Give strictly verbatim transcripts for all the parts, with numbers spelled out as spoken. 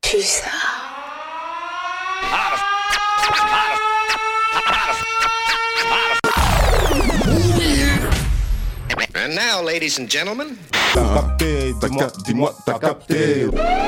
Pulsar. And now, ladies and gentlemen. T'as capté, dis-moi, dis-moi, t'as capté.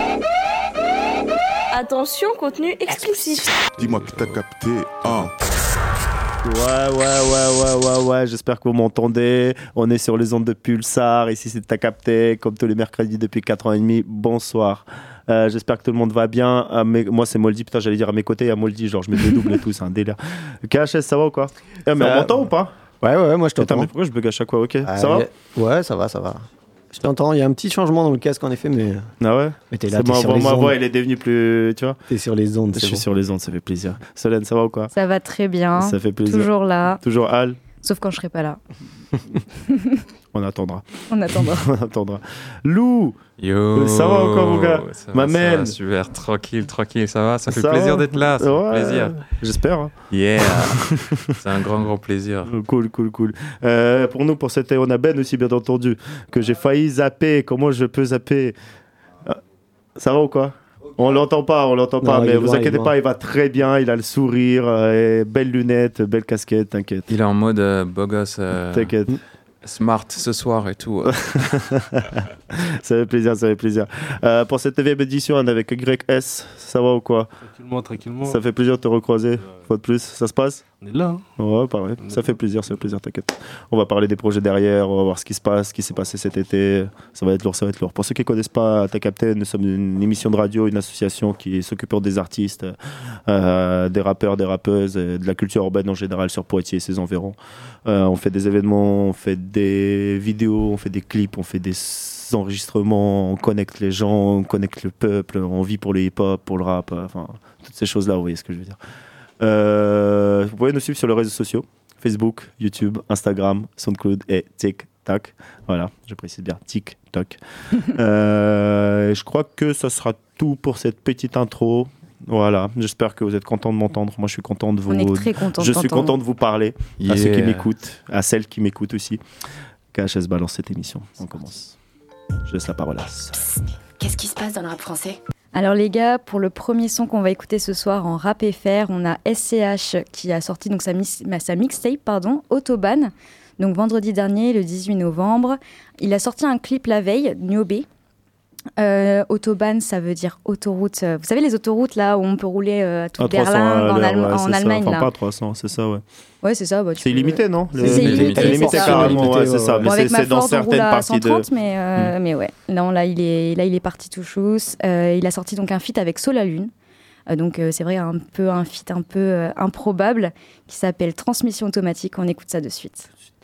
Attention, contenu explicite. Dis-moi que t'as capté, hein. Ouais, ouais, ouais, ouais, ouais, ouais, j'espère que vous m'entendez. On est sur les ondes de Pulsar. Ici, c'est T'as capté, comme tous les mercredis depuis quatre ans et demi. Bonsoir. Euh, j'espère que tout le monde va bien. À mes... Moi, c'est Moldy. Putain, j'allais dire à mes côtés, il y a Moldy. Genre, je mets des doubles et tout, c'est un délire. K H S, ça va ou quoi? eh, Mais on m'entend ou pas? Ouais, ouais, moi je t'entends. Putain, mais pourquoi je bug à chaque fois? Ok, ah, ça va? Ouais, ça va, ça va. Je t'entends, il y a un petit changement dans le casque en effet, mais. Ah ouais? Mais t'es là, c'est t'es moi, sur les ma ondes. voix, elle est devenue plus. Tu vois? T'es sur les ondes, Je c'est suis bon. sur les ondes, ça fait plaisir. Solène, ça va ou quoi? Ça va très bien. Ça fait plaisir. Toujours là. Toujours Al. Sauf quand je serai pas là. On attendra. On attendra. On attendra. Lou! Yo, ça va encore, mon gars? Ça Ma va, ça mène. va, super, tranquille, tranquille, ça va, ça fait Ça plaisir va d'être là, ça ouais, fait plaisir. J'espère. Hein. Yeah, c'est un grand, grand plaisir. Cool, cool, cool. Euh, pour nous, pour cette, on a Ben aussi, bien entendu, que j'ai failli zapper. Comment je peux zapper? Ça va ou quoi? On l'entend pas, on l'entend pas, Non, mais il vous va, inquiétez il pas, il va très bien, il a le sourire, euh, belles lunettes, belle casquette, t'inquiète. Il est en mode euh, beau gosse, euh, T'inquiète. smart ce soir et tout. Ça fait plaisir, ça fait plaisir. Euh, pour cette neuvième édition, on est avec Y S, ça va ou quoi? Tranquillement, tranquillement. Ça fait plaisir de te recroiser, fois de plus, ça se passe? On est là. Hein. Ouais, pareil. Ça fait plaisir, ça fait plaisir, t'inquiète. On va parler des projets derrière, on va voir ce qui se passe, ce qui s'est passé cet été. Ça va être lourd, ça va être lourd. Pour ceux qui ne connaissent pas T'as capté, nous sommes une émission de radio, une association qui s'occupe des artistes, euh, des rappeurs, des rappeuses, et de la culture urbaine en général sur Poitiers et ses environs. Euh, on fait des événements, on fait des vidéos, on fait des clips, on fait des enregistrements, on connecte les gens, on connecte le peuple, on vit pour le hip-hop, pour le rap, enfin, toutes ces choses-là, vous voyez ce que je veux dire. Euh, vous pouvez nous suivre sur les réseaux sociaux, Facebook, YouTube, Instagram, SoundCloud et TikTok. Voilà, je précise bien, TikTok. euh, je crois que ça sera tout pour cette petite intro. Voilà, j'espère que vous êtes contents de m'entendre. Moi, je suis content de vous. On est très contents de Je suis t'entendre. content de vous parler Yeah. à ceux qui m'écoutent, à celles qui m'écoutent aussi. K H S balance cette émission. On commence. Je laisse la parole à Solène. Qu'est-ce qui se passe dans le rap français? Alors les gars, pour le premier son qu'on va écouter ce soir en rap F R, on a S C H qui a sorti donc sa, mis- sa mixtape, pardon, Autobahn. Donc vendredi dernier, le dix-huit novembre, il a sorti un clip la veille, Niobé. Euh, Autobahn, ça veut dire autoroute. Vous savez les autoroutes là où on peut rouler euh, à tout À trois cents Berlin, à en, l'heure, Allem- ouais, en c'est ça. Allemagne Enfin, là. pas à trois cents, c'est ça, ouais. Ouais, c'est ça. Bah, tu C'est peux- illimité, non? C'est illimité, C'est illimité c'est ça. carrément, ouais, c'est ça. Bon, Mais Bon, c'est, avec ma c'est dans Ford, on roule certaines à parties cent de. trente, mais, euh, mais ouais. Non, là, il est, là, il est parti tout chousse. Euh, il a sorti donc un feat avec Solalune. Euh, donc, euh, c'est vrai, un peu un feat un peu euh, improbable qui s'appelle Transmission automatique. On écoute ça de suite.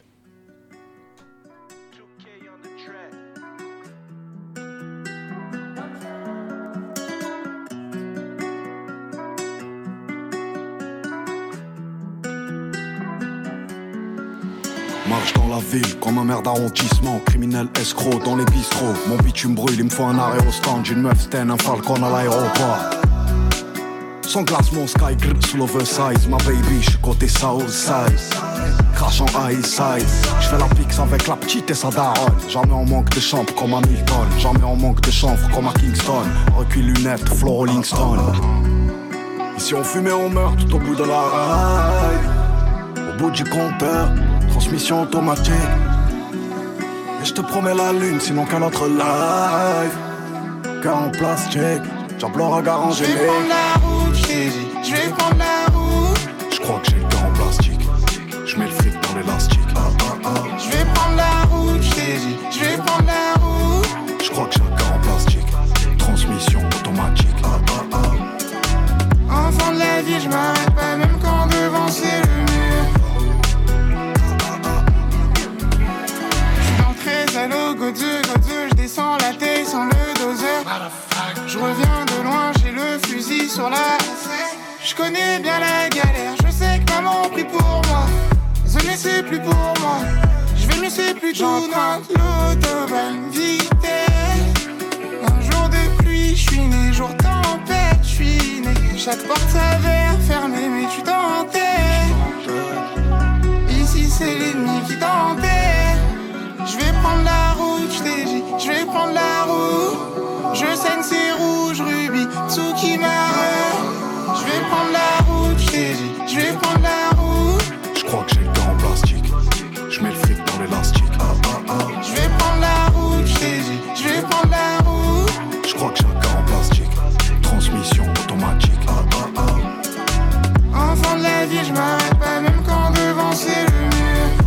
Marche dans la ville comme un maire d'arrondissement. Criminel escroc dans les bistrots. Mon bitume brûle, il me faut un arrêt au stand. Une meuf sten, un falcon à l'aéroport. Sans glace, mon sky grip sous l'oversize. Ma baby, j'suis côté Southside. Crash en high side. J'fais la pix avec la petite et sa daronne. Jamais en manque de chambre comme à Milton. Jamais en manque de chanvre comme à Kingston. Recul lunettes, flow Rolling Stone. Ici on fume et on meurt tout au bout de la ride. Au bout du compteur, transmission automatique. Et je te promets la lune, sinon qu'un autre live. Car en plastique, j'appelle le regard en Je vais prendre la route, j't'ai dit, je vais prendre la route. Je crois que j'ai le cœur en plastique. Je mets le fric dans l'élastique. Ah, ah, ah. Je vais prendre la route, j't'ai dit, je vais prendre la route. Je crois que j'ai le cœur en plastique. Transmission automatique. Ah, ah, ah. Enfant de la vie, je m'arrête pas même quand devant c'est le mur. J'suis dans le treize au go deux, go deux, j'descends la tête sans le doseur. Je reviens de loin, j'ai le fusil sur la. Je connais bien la galère, je sais que maman prie pour moi. Désolé, c'est plus pour moi. Je vais mieux, c'est plus tout. J'emprunte l'autobahn vitesse. Un jour de pluie, je suis né, jour tempête, je suis né. Chaque porte s'avère fermée, mais tu t'enterres. Ici, c'est l'ennemi qui t'enterre. Je vais prendre la route, je t'ai dit, je vais prendre la route. Je saigne, c'est rouge, rubis, sous qui m'arrête. Je vais prendre la route, je t'ai dit, je vais prendre la route. Je crois que j'ai le cœur en plastique. Je mets le fric dans l'élastique. Ah, ah, ah. Je vais prendre la route, je t'ai dit, je vais prendre la route. Je crois que j'ai le cœur en plastique. Transmission automatique. Ah, ah, ah. Enfant de la vie, je m'arrête pas même quand devant c'est le mur.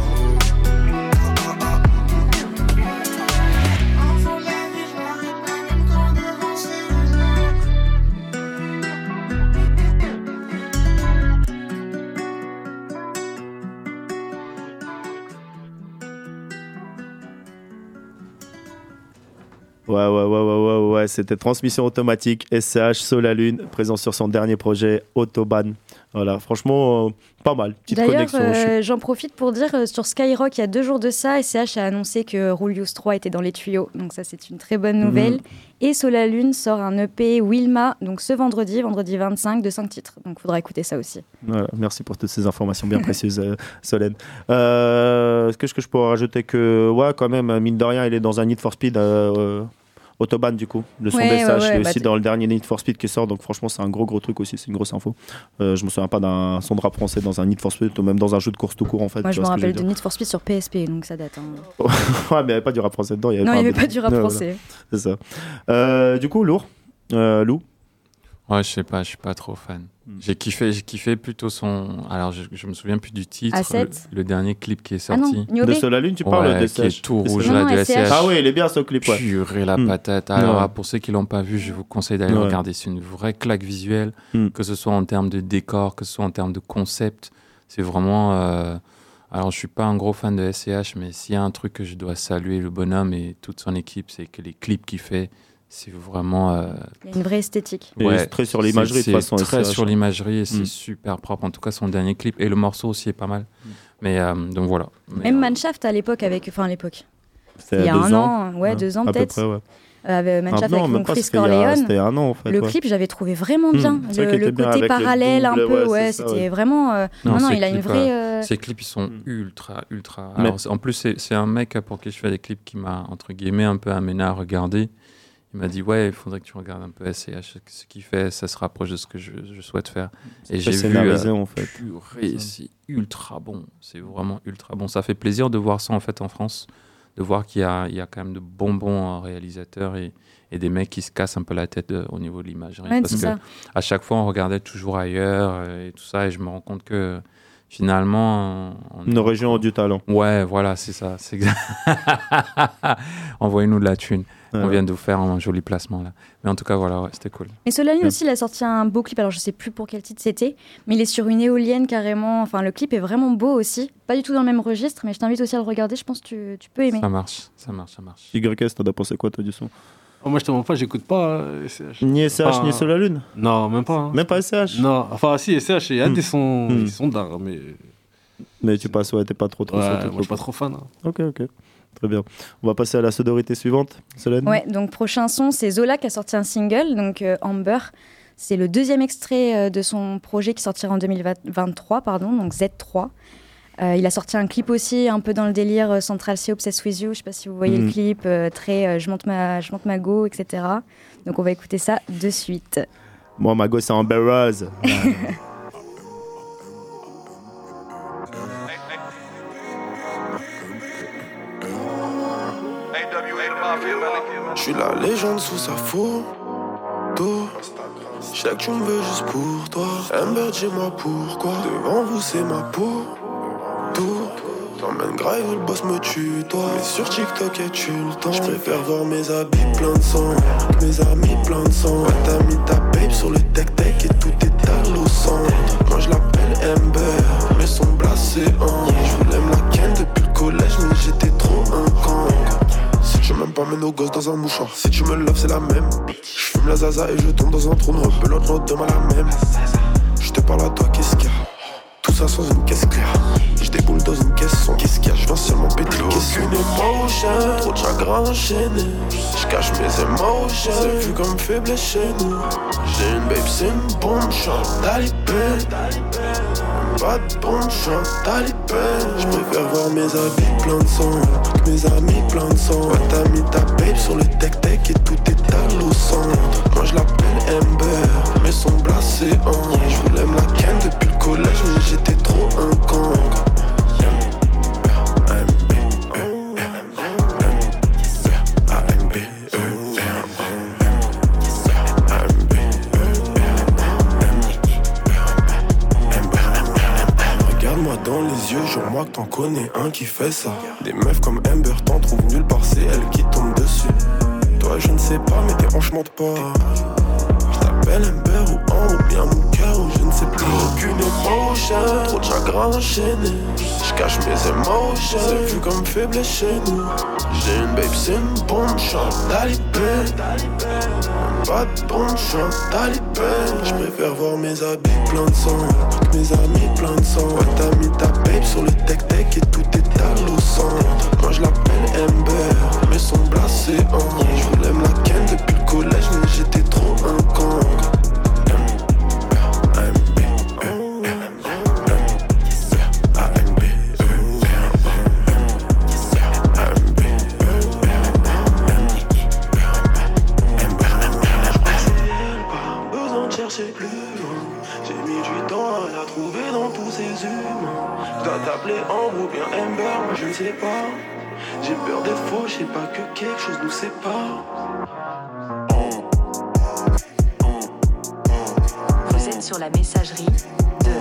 Ouais, ouais, ouais, ouais, ouais, ouais, c'était Transmission Automatique, S C H, Solalune, présent sur son dernier projet, Autobahn. Voilà, franchement, euh, pas mal, petite D'ailleurs, connexion. euh, suis... j'en profite pour dire, euh, sur Skyrock, il y a deux jours de ça, S C H a annoncé que Rulius trois était dans les tuyaux, donc ça c'est une très bonne nouvelle. Mmh. Et Solalune sort un E P Wilma, donc ce vendredi, vendredi vingt-cinq, de cinq titres, donc il faudra écouter ça aussi. Voilà, merci pour toutes ces informations bien précieuses, euh, Solène. Euh, est-ce que, que je pourrais rajouter que, ouais, quand même, mine de rien, il est dans un Need for Speed... Euh, euh, Autobahn du coup, le son ouais, des sages, ouais, ouais, il est bah aussi t- dans le dernier Need for Speed qui sort, donc franchement c'est un gros gros truc aussi, c'est une grosse info. Euh, je me souviens pas d'un son de rap français dans un Need for Speed ou même dans un jeu de course tout court en fait. Moi je me rappelle de je Need for Speed sur P S P, donc ça date. Hein. ouais mais il n'y avait pas du rap français dedans. Il y avait non, pas il n'y avait un... pas du rap ouais, français. Voilà. C'est ça. Euh, du coup, Lourd, euh, Lou. Ouais, je sais pas, je suis pas trop fan. Mm. J'ai kiffé, j'ai kiffé plutôt son. Alors, je, je me souviens plus du titre. Le, le dernier clip qui est sorti. Ah non, de Solalune, tu parles ouais, de qui est tout rouge non, là, non, de S C H. Ah oui, il est bien ce clip. Ouais. Purée la mm. patate. Alors, ouais. Pour ceux qui l'ont pas vu, je vous conseille d'aller ouais. regarder. C'est une vraie claque visuelle, mm. que ce soit en termes de décor, que ce soit en termes de concept. C'est vraiment. Euh... Alors, je suis pas un gros fan de S C H, mais s'il y a un truc que je dois saluer le bonhomme et toute son équipe, c'est que les clips qu'il fait. C'est vraiment. Euh... Il y a une vraie esthétique. Ouais, c'est très sur l'imagerie c'est, de toute façon. C'est très S C H. sur l'imagerie et c'est mm. super propre. En tout cas, son dernier clip et le morceau aussi est pas mal. Mm. Mais euh, donc voilà. Mais, Même euh... Manshaft à l'époque, avec. Enfin, à l'époque. C'était il y a un ans. an, ouais, ouais, deux ans à peut-être. Peu près, ouais. Euh, Manshaft ah, non, avec Chris Corleone. C'était un an en fait. Le ouais. clip, j'avais trouvé vraiment bien. Mmh, le le bien côté parallèle, double, un peu, ouais, ouais, ça, c'était ouais. vraiment. Euh... Non, non, non il a une vraie. Euh... Ces clips, ils sont mmh. ultra, ultra. Mais... Alors, en plus, c'est, c'est un mec pour qui je fais des clips qui m'a, entre guillemets, un peu amené à regarder. Il m'a dit, ouais, il faudrait que tu regardes un peu S C H. Ce qu'il fait, ça se rapproche de ce que je, je souhaite faire. C'est et j'ai vu. Euh, en fait. Purée, c'est ultra bon. C'est vraiment ultra bon. Ça fait plaisir de voir ça, en fait, en France. De voir qu'il y a, il y a quand même de bons, bons réalisateurs et, et des mecs qui se cassent un peu la tête de, au niveau de l'imagerie. Ouais, parce que ça. à chaque fois, on regardait toujours ailleurs euh, et tout ça. Et je me rends compte que finalement. On, Une région du talent. Ouais, voilà, c'est ça. C'est exact. Envoyez-nous de la thune. Ouais, on vient de vous faire un joli placement là. Mais en tout cas, voilà, ouais, c'était cool. Mais Solalune ouais. aussi, il a sorti un beau clip. Alors, je sais plus pour quel titre c'était, mais il est sur une éolienne carrément. Enfin, le clip est vraiment beau aussi. Pas du tout dans le même registre, mais je t'invite aussi à le regarder. Je pense que tu, tu peux aimer. Ça marche, ça marche, ça marche. Y S, t'en as pensé quoi, toi, du son? Oh, moi, je te mens pas, j'écoute pas euh, S C H. Ni S C H, enfin, ni Solalune? Non, même pas. Hein. Même pas S C H? Non, enfin, si, S C H, il y a mm. des sons, mm. des sons d'art, mais. Mais tu passes, ouais, t'es pas trop trop. Ouais, moi, je suis pas trop fan. Hein. Ok, ok. Très bien. On va passer à la sonorité suivante, Solène. Ouais, donc prochain son, c'est Zola qui a sorti un single, donc euh, Amber. C'est le deuxième extrait euh, de son projet qui sortira en deux mille vingt-trois, pardon, donc Z trois. Euh, il a sorti un clip aussi, un peu dans le délire euh, Central C, Obsessed With You. Je sais pas si vous voyez mmh. le clip, euh, très euh, je monte ma, je monte ma go, et cetera. Donc on va écouter ça de suite. Moi, ma go, c'est Amber Rose. Je suis la légende sous sa photo. Je sais que tu me veux juste pour toi. Amber, dis-moi pourquoi. Devant vous, c'est ma peau. Tout. T'emmènes grave où le boss me tue, toi. Mais sur TikTok, es-tu le temps? Je préfère voir mes habits plein de sang. Mes amis plein de sang. Ouais, t'as mis ta babe sur le tech-tech et tout est à l'eau centre. Moi, je l'appelle Amber, mais son blasé en. Je voulais me la ken depuis le collège, mais j'étais trop un con. Je m'aime pas, mets nos gosses dans un mouchoir. Si tu me loves, c'est la même. Je fume la zaza et je tombe dans un trou noir. Pelote, l'autre demain la même. Je te parle à toi, qu'est-ce qu'il y a? Tout ça sans une caisse claire. Je déboule dans une caisse sombre. Qu'est-ce qu'il y a? Je viens seulement péter. Qu'est-ce qu'une émotion? Trop de chagrin enchaîné. Je cache mes émotions. C'est vu comme faible chez nous. J'ai une babe, c'est une bombe. J'suis talibé. Pas de bombe, j'suis un talibé. J'préfère voir mes habits plein de sang. Mes amis plein de sang. Ouais, t'as mis ta babe sur le tech-tech et tout est à l'eau centre. Moi j'lappelle Amber, yeux, jure-moi que t'en connais un qui fait ça. Des meufs comme Amber t'en trouvent nulle part, c'est elle qui tombe dessus. Toi je ne sais pas mais tes hanches mentent pas. Je t'appelle Amber ou Ambre ou bien mon cœur ou je ne sais plus. Aucune émotion, trop de chagrin enchaîné. Je cache mes émotions, c'est vu comme faible chez nous. J'ai une babe, c'est une bombe, j'suis un talibé. Pas de bombe, j'suis un talibé. J'préfère voir mes habits pleins de sang, toutes mes amis pleins de sang. Ouais t'as mis ta babe sur le tech-tech et tout est à l'eau sang. Moi je l'appelle Amber, mais son blasé en. Je voulais me la ken depuis le collège mais j'étais trop un con. T'appeler Ambre ou bien Amber, moi je ne sais pas. J'ai peur d'être faux, je sais pas que quelque chose nous sépare. Vous êtes sur la messagerie de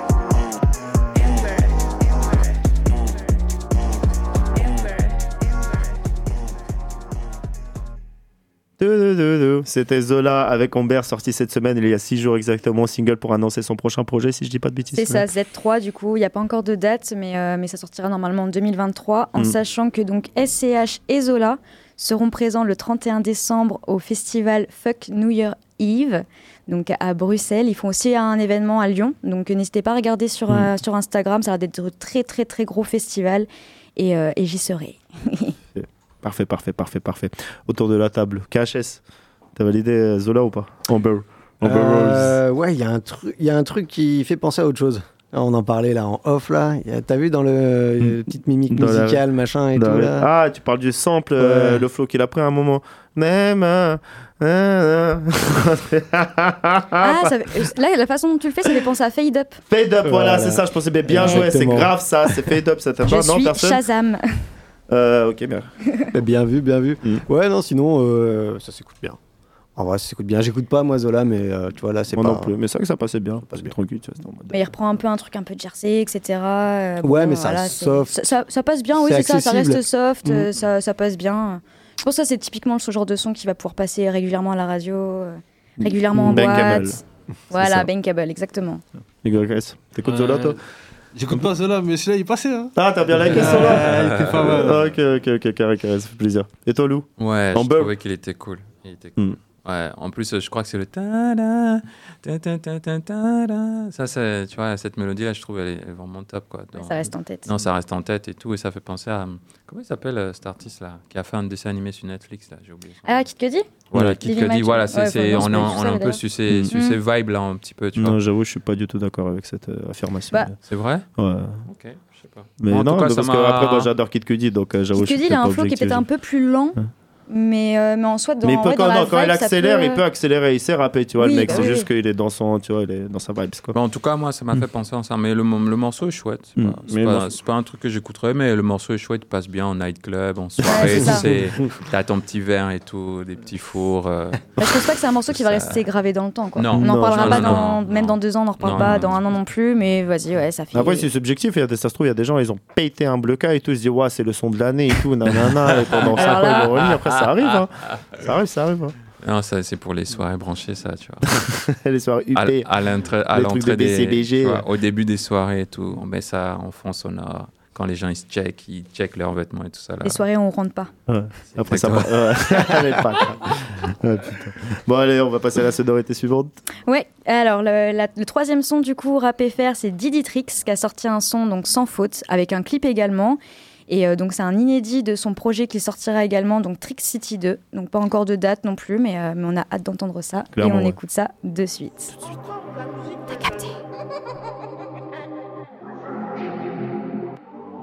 C'était Zola avec Amber, sorti cette semaine, il y a six jours exactement, single pour annoncer son prochain projet, si je dis pas de bêtises. C'est ça, Z trois, du coup, il n'y a pas encore de date, mais, euh, mais ça sortira normalement en deux mille vingt-trois, en mm. sachant que donc S C H et Zola seront présents le trente et un décembre au festival Fuck New Year Eve, donc à Bruxelles. Ils font aussi un événement à Lyon, donc n'hésitez pas à regarder sur, mm. euh, sur Instagram, ça va être un très très très gros festival, et, euh, et j'y serai. Parfait, parfait, parfait, parfait. Autour de la table, K H S, t'as validé Zola ou pas? Amber. Amber euh, Rose. Ouais, il y a un truc, il y a un truc qui fait penser à autre chose. On en parlait là en off là. Y a, t'as vu dans le mmh. petite mimique dans musicale, la... machin et dans tout là. Ah, tu parles du sample, ouais. euh, le flow qu'il a pris à un moment. Même. ah, ça, là, la façon dont tu le fais, ça fait penser à Fade Up. Fade Up, voilà, voilà. C'est ça. Je pensais bien, bien joué. C'est grave ça. C'est Fade Up. Ça t'a Je pas, suis non, personne. Shazam. Euh, ok, bien. bien vu, bien vu. Mm. Ouais, non, sinon, euh, ça s'écoute bien. En vrai, ça s'écoute bien. J'écoute pas, moi, Zola, mais euh, tu vois, là, c'est moi pas... non plus, mais c'est vrai que ça passait bien. Ça passe bien. Tranquille, tu vois, mais il reprend un peu un truc un peu de Jersey, et cetera. Euh, bon, ouais, mais ça, voilà, soft. Ça, ça, ça passe bien, oui, c'est, c'est ça. Ça reste soft, mm. ça, ça passe bien. Je pense que ça, c'est typiquement ce genre de son qui va pouvoir passer régulièrement à la radio, régulièrement en Bankable. boîte. Voilà, Bankable, exactement. Y S, t'écoutes Zola, toi? J'écoute pas Zola, mais celui-là il passait. Hein. Ah, t'as bien liké Zola? Ah, il était pas mal. Ok, ok, ok, carré, carré, ça fait plaisir. Et toi, Lou? Ouais, Amber? je trouvais qu'il était cool. Il était cool. Mm. Ouais, en plus, je crois que c'est le ta-da, ta-ta-ta-ta-ta-da. Ça, c'est, tu vois, cette mélodie-là, je trouve, elle est, elle est vraiment top, quoi. Dans... Ça reste en tête. Non, ça reste en tête et tout, et ça fait penser à... Comment il s'appelle, euh, cet artiste-là, qui a fait un dessin animé sur Netflix, là, j'ai oublié. Ah, Kid Cudi? Voilà, ouais. Kid Cudi, voilà, c'est, ouais, c'est, on, on, on est un peu sur ces, mm. sur ces vibes-là, un petit peu, tu vois. Non, j'avoue, je suis pas du tout d'accord avec cette euh, affirmation. Bah. C'est vrai? Ouais. Ok, je sais pas. Mais bon, non, cas, parce qu'après, moi, j'adore Kid Cudi, donc euh, j'avoue, Kid Cudi, il a un flow qui est peut-être un peu plus lent. Hein? Mais, euh, mais en soi, dans, mais il peut, ouais, quand, dans non, quand vibe, il accélère, peut... il peut accélérer, il sait rapper, tu vois, oui, le mec, bah c'est oui. juste qu'il est dans son, tu vois, il est dans sa vibe, quoi. Bon, en tout cas, moi, ça m'a mm. fait penser à ça, mais le, le morceau est chouette. C'est, mm. pas, c'est, pas, morceau... c'est pas un truc que j'écouterais, mais le morceau est chouette, il passe bien en nightclub, en soirée, tu sais, t'as ton petit verre et tout, des petits fours. Euh... Bah, je pense pas que c'est un morceau qui va rester gravé dans le temps, quoi. Non. On n'en non, parlera non, pas, non, dans, non, même non. dans deux ans, on n'en reparle non, pas, non, dans non. un an non plus, mais vas-y, ouais, ça fait... Après, c'est subjectif, ça se trouve, il y a des gens, ils ont pété un bloc et tout, ils se disent, ouais, c'est le son de l'année et tout, nanana, et pendant cinq ans, ils vont revenir, après, ça arrive, hein. Ça arrive, ça arrive. Non, ça, c'est pour les soirées branchées, ça, tu vois. Les soirées U P. À, à l'entrée, à l'entrée des... Tu vois, au début des soirées et tout, on met ça en fond sonore. Quand les gens, ils se checkent, ils checkent leurs vêtements et tout ça. Là. Les soirées, on rentre pas. Ouais. Après, ça va. Ouais. pas ouais, bon, allez, on va passer à la sonorité suivante. Ouais, alors, le, la, le troisième son, du coup, Rap F R, c'est Diditrix, qui a sorti un son, donc, sans faute, avec un clip également. Et euh, donc c'est un inédit de son projet qui sortira également, donc Trick City deux. Donc pas encore de date non plus, mais, euh, mais on a hâte d'entendre ça. Clairement, et on ouais. écoute ça de suite. Tout de suite. T'as capté.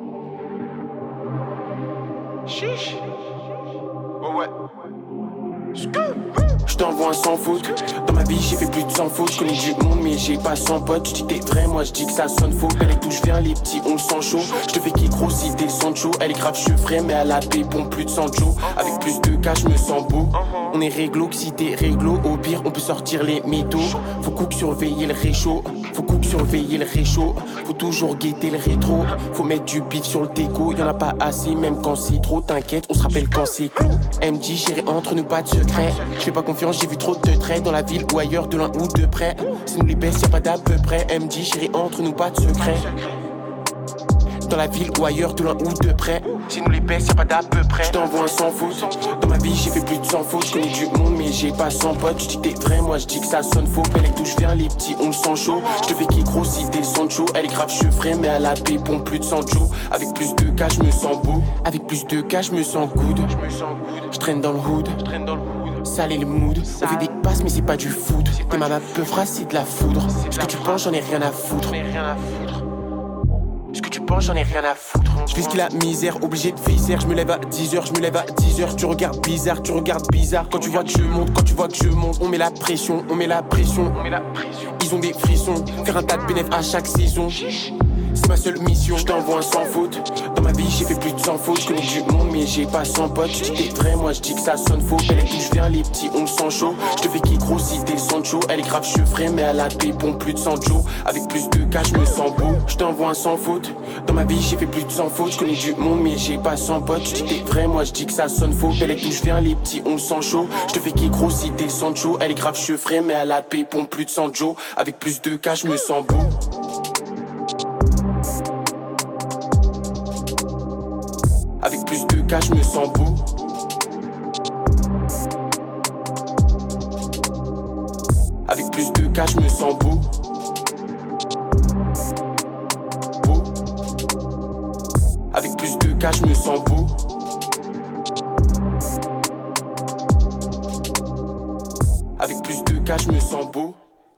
Chiche. Oh ouais. Je t'envoie un sans faute. Dans ma vie j'ai fait plus de cent fautes. Je connais du monde mais j'ai pas cent potes. Tu dis que t'es vrai, moi je dis que ça sonne faux. Elle est d'où je viens, les petits on le sent chaud. Je te fais qui gros si t'es Sancho. Elle est grave chevrée mais elle a des bons plus de cent Joe. Avec plus de cas je me sens beau. On est réglo que si t'es réglo. Au pire on peut sortir les métaux. Faut cook surveiller le réchaud. Faut cook surveiller le réchaud. Faut toujours guetter le rétro. Faut mettre du beat sur le déco. Y'en a pas assez même quand c'est trop. T'inquiète on se rappelle quand c'est clos. M J chérie entre nous pas de secret. Je fais pas confiance, j'ai vu trop de traits dans la ville ou ailleurs, de loin ou de près. Si nous les baisse, y'a pas d'à peu près. M J chérie entre nous pas de secret. Dans la ville ou ailleurs, de loin ou de près. Si nous les baisse, y'a pas d'à peu près. Je t'envoie un sans faute. Dans ma vie j'ai fait plus de cent fautes. Je connais du monde mais j'ai pas cent potes. Tu dis que t'es vrai, moi je dis que ça sonne faux. Elle est d'où je viens, les petits on le sent chaud. Je te fais qui gros si t'es Sancho. Elle est grave chevrée mais elle a des bons plus de cent Joe. Avec plus de cas je me sens beau. Avec plus de cas je me sens good. Je traîne dans le hood. Salé le mood, on fait des passes mais c'est pas du foot. T'es ma peu phrase c'est de la foudre. Ce que tu penses j'en ai rien à foutre. Ce que tu penses j'en ai rien à foutre. Je fais ce qu'il a misère, obligé de visère. Je me lève à dix heures, je me lève à dix heures. Tu regardes bizarre, tu regardes bizarre. Quand tu vois que je monte, quand tu vois que je monte. On met la pression, on met la pression. Ils ont des frissons, faire un tas de bénéfices à chaque saison. C'est ma seule mission, je t'envoie un sans faute. Dans ma vie j'ai fait plus de cent fautes. Je connais du monde mais j'ai pas cent potes. Tu dis que t'es vrai, moi je dis que ça sonne faux. Elle est d'où je viens, les petits on le sent chaud. Je te fais qui gros si t'es Sancho. Elle est grave chevrée mais elle a des bons plus de cent Joe. Avec plus de cas je me sens beau. Je t'envoie un sans faute. Dans ma vie j'ai fait plus de cent fautes. Je connais du monde mais j'ai pas cent potes. Tu dis que t'es vrai, moi je dis que ça sonne faux. Elle est d'où je viens, les petits on le sent chaud. Je te fais qui gros si t'es Sancho. Elle est grave chevrée mais elle a des bons plus de cent Joe. Avec plus de cas je me sens beau. Avec plus de cas, je me sens beau. Avec plus de cas, je me sens beau. Beau. Avec plus de cas, je me sens beau. Avec plus de cas, je me sens beau.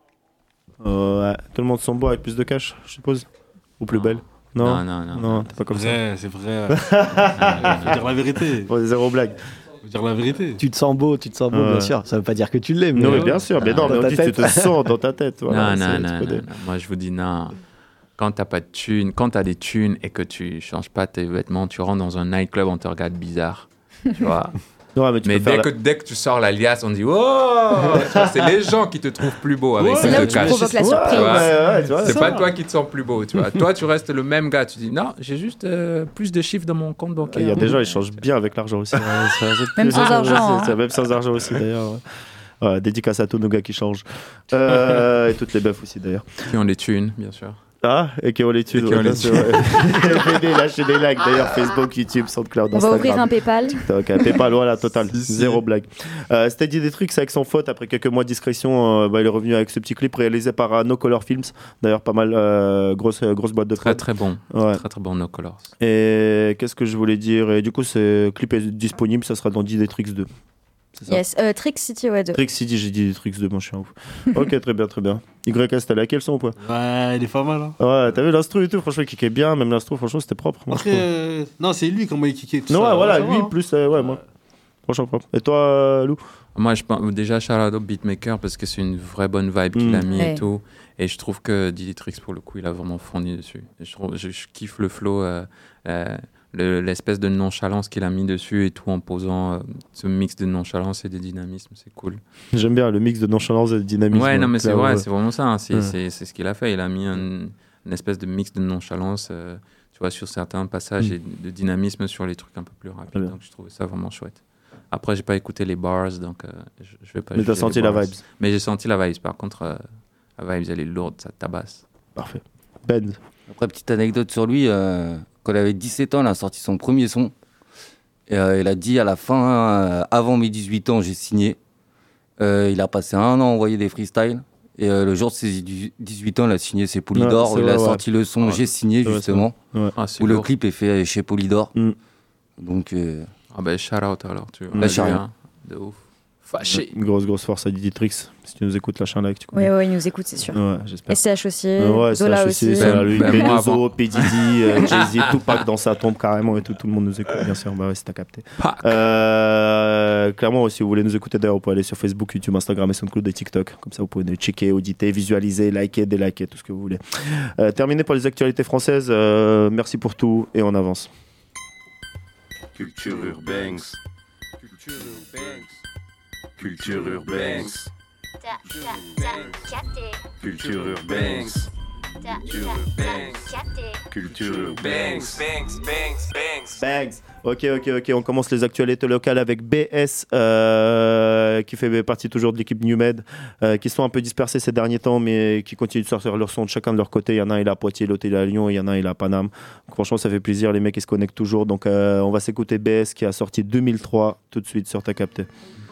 Euh, ouais. Tout le monde sent beau avec plus de cash, je suppose. Ou plus belle. Non, non, non, non, non t'es pas comme vrai, ça. C'est vrai, c'est vrai. Je veux dire la vérité. Pour des zéro blague. Je veux dire la vérité. Tu te sens beau, tu te sens beau, Ouais. bien sûr. Ça veut pas dire que tu l'es, mais. Non, mais bien sûr, mais non, mais Dans on ta dit que tu tête. te sens dans ta tête. Voilà, non, c'est- non, tu non, connais. non, non. Moi, je vous dis non. Quand t'as pas de thunes, quand t'as des thunes et que tu changes pas tes vêtements, tu rentres dans un nightclub, on te regarde bizarre. Tu vois. Ouais, mais tu mais peux faire dès, la- que, dès que tu sors la liasse, on dit oh. Tu vois, c'est les gens qui te trouvent plus beau avec Ouais, ces c'est là deux où tu caches. provoques la Tu surprise. vois. Ouais, ouais, tu vois, c'est ça. pas toi qui te sens plus beau. Tu vois. Toi, tu restes le même gars. Tu dis non, j'ai juste euh, plus de chiffres dans mon compte bancaire. Il y a des gens, ils changent bien avec l'argent aussi. Ouais, ça rajoute Même plus sans de- argent, c'est- c'est- hein. Même sans argent aussi, d'ailleurs. Ouais. Ouais, dédicace à tous nos gars qui changent. Euh, et toutes les meufs aussi, d'ailleurs. Qui ont les thunes, bien sûr. Ah, et qui ont les thunes. Et qui ont ouais, les bien sûr, thunes. ouais. Venez lâcher des likes, d'ailleurs, Facebook, YouTube, SoundCloud, On va Instagram. ouvrir un PayPal. TikTok, un PayPal, voilà, total. Zéro blague. Euh, C'était dit des trucs, c'est avec son faute. Après quelques mois de discrétion, euh, bah, il est revenu avec ce petit clip réalisé par euh, No Color Films. D'ailleurs, pas mal, euh, grosse, euh, grosse boîte de Très prod. très bon. Ouais. Très très bon No Colors. Et qu'est-ce que je voulais dire? Et du coup, ce clip est disponible, ça sera dans D Tricks deux. C'est ça? Yes, euh, Trick City, ouais. deux. Trick City, j'ai dit Tricks deux, moi je suis un ouf. Ok, très bien, très bien. Y S, t'as laquelle son ou pas? Ouais, il est pas mal. Hein. Ouais, t'as vu l'instru et tout, franchement, il kickait bien, même l'instru, franchement, c'était propre. Moi, Après, je trouve. euh, non, c'est lui comment il kickait tout Non, ça. ouais, voilà, ça lui, va, hein. plus, euh, ouais, moi. Franchement, propre. Et toi, euh, Lou? Moi, je pense déjà shout out au beatmaker parce que c'est une vraie bonne vibe qu'il Mm. a mis Ouais. et tout. Et je trouve que Diddy pour le coup, il a vraiment fourni dessus. Et je, trouve, je, je kiffe le flow, euh, euh, le- l'espèce de nonchalance qu'il a mis dessus et tout en posant euh, ce mix de nonchalance et de dynamisme, c'est cool. J'aime bien le mix de nonchalance et de dynamisme. Ouais, non, mais c'est clairement, vrai, ouais. c'est vraiment ça. hein. C'est Ouais. c'est- c'est ce qu'il a fait. Il a mis un- une espèce de mix de nonchalance, euh, tu vois, sur certains passages Mm. et de dynamisme sur les trucs un peu plus Très rapides. bien. Donc je trouvais ça vraiment chouette. Après, j'ai pas écouté les bars, donc euh, je, je vais pas. Mais t'as juger senti les la bars. vibes. Mais j'ai senti la vibes. Par contre, euh, la vibes, elle est lourde, ça tabasse. Parfait. Ben. Après, petite anecdote sur lui, euh, quand il avait dix-sept ans, il a sorti son premier son. Et, euh, il a dit à la fin, euh, avant mes dix-huit ans, j'ai signé. Euh, il a passé un an à envoyer des freestyles. Et euh, le jour de ses dix-huit ans, il a signé ses Polydor. Ouais, c'est il vrai, a ouais. sorti le son Ouais. J'ai signé, C'est vrai, justement. c'est vrai. Ouais. Ah, c'est Où le lourd. clip est fait chez Polydor. Mm. Donc, euh, Ah ben, shout out alors, tu vois. Bah, shout out. Hein, de ouf. Fâché. Une grosse, grosse force à Diddy Tricks. Si tu nous écoutes, lâche un like, tu connais. Ouais, ouais, il nous écoute, c'est sûr. Ouais, j'espère. S C H aussi, Euh, ouais, Zola C H aussi. Zola, Ben- lui, ben, moi, P deux O, avant. P. Diddy, euh, Jay-Z, Tupac dans sa tombe carrément et tout, tout le monde nous écoute, bien sûr. Bah ouais, si t'as capté. Pac. Euh, Euh, clairement, si vous voulez nous écouter, d'ailleurs, vous pouvez aller sur Facebook, YouTube, Instagram et SoundCloud et TikTok. Comme ça, vous pouvez nous checker, auditer, visualiser, liker, déliker, tout ce que vous voulez. Euh, terminé pour les actualités françaises. Euh, merci pour tout et on avance. Culture urbaine. Culture urbaine. Culture urbaine. Culture urbaine. Culture urbaine. Bangs. Ok, ok, ok. On commence les actualités locales avec B S, euh, qui fait partie toujours de l'équipe New Med, euh, qui sont un peu dispersés ces derniers temps, mais qui continuent de sortir leur son de chacun de leur côté. Il y en a un, il est à Poitiers, l'autre, il est à Lyon, et il y en a un, il est à Paname. Donc, franchement, ça fait plaisir. Les mecs, ils se connectent toujours. Donc, euh, on va s'écouter B S, qui a sorti deux mille trois, tout de suite sur Ta Capté.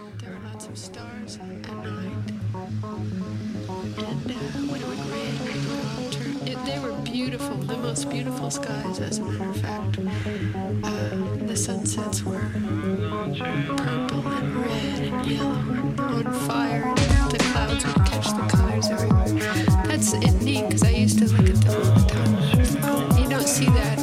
Most beautiful skies, as a matter of fact. Uh, the sunsets were purple and red and yellow and on fire, and the clouds would catch the colors everywhere. That's it neat, because I used to look at them all the time. You don't see that.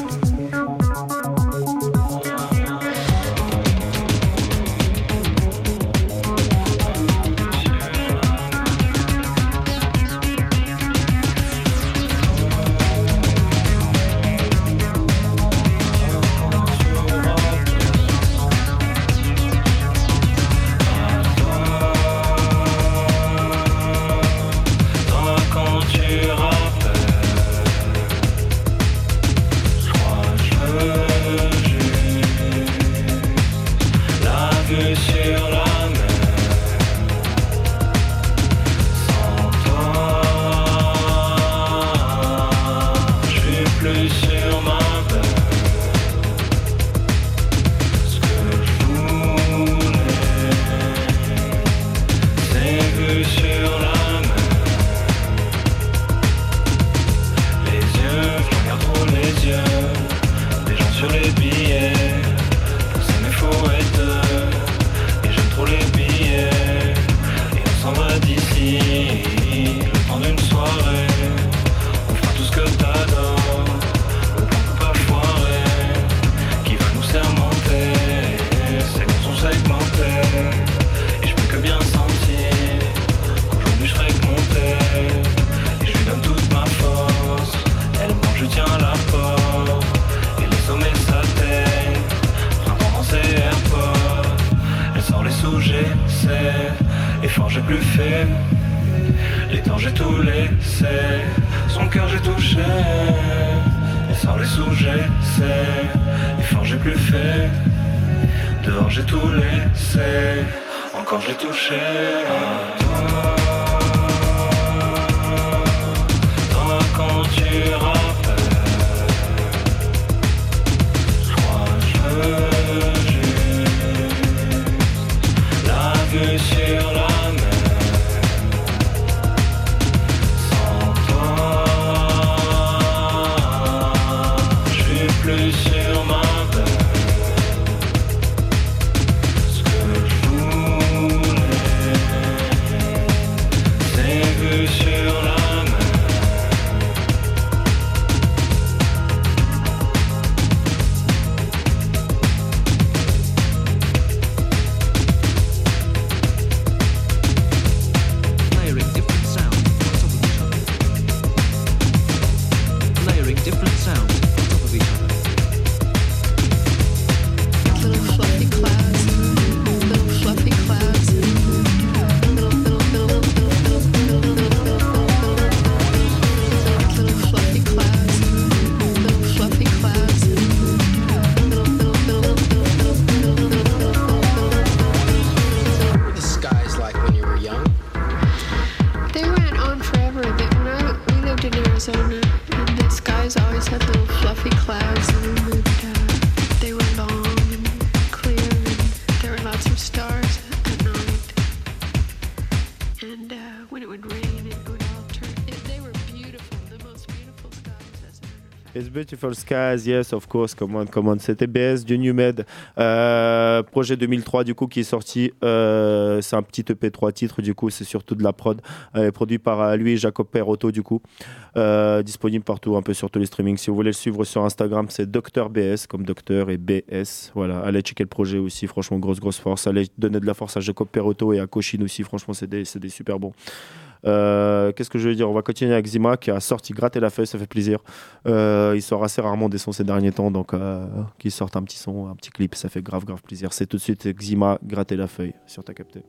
It's Beautiful Skies, yes, of course, come on, come on. C'était B S du New Med. Euh, projet deux mille trois, du coup, qui est sorti. Euh, c'est un petit E P, trois titres, du coup, c'est surtout de la prod. Euh, produit par euh, lui et Jacob Perotto, du coup. Euh, disponible partout, un peu sur tous les streamings. Si vous voulez le suivre sur Instagram, c'est Docteur B S, comme Docteur et B S. Voilà, allez checker le projet aussi, franchement, grosse, grosse force. Allez donner de la force à Jacob Perotto et à Koshin aussi, franchement, c'est des, c'est des super bons. Euh, qu'est-ce que je veux dire? On va continuer avec Xima qui a sorti Gratter la feuille, ça fait plaisir. Euh, il sort assez rarement des sons ces derniers temps, donc euh, qu'il sorte un petit son, un petit clip, ça fait grave grave plaisir. C'est tout de suite Xima, Gratter la feuille sur Ta Capté.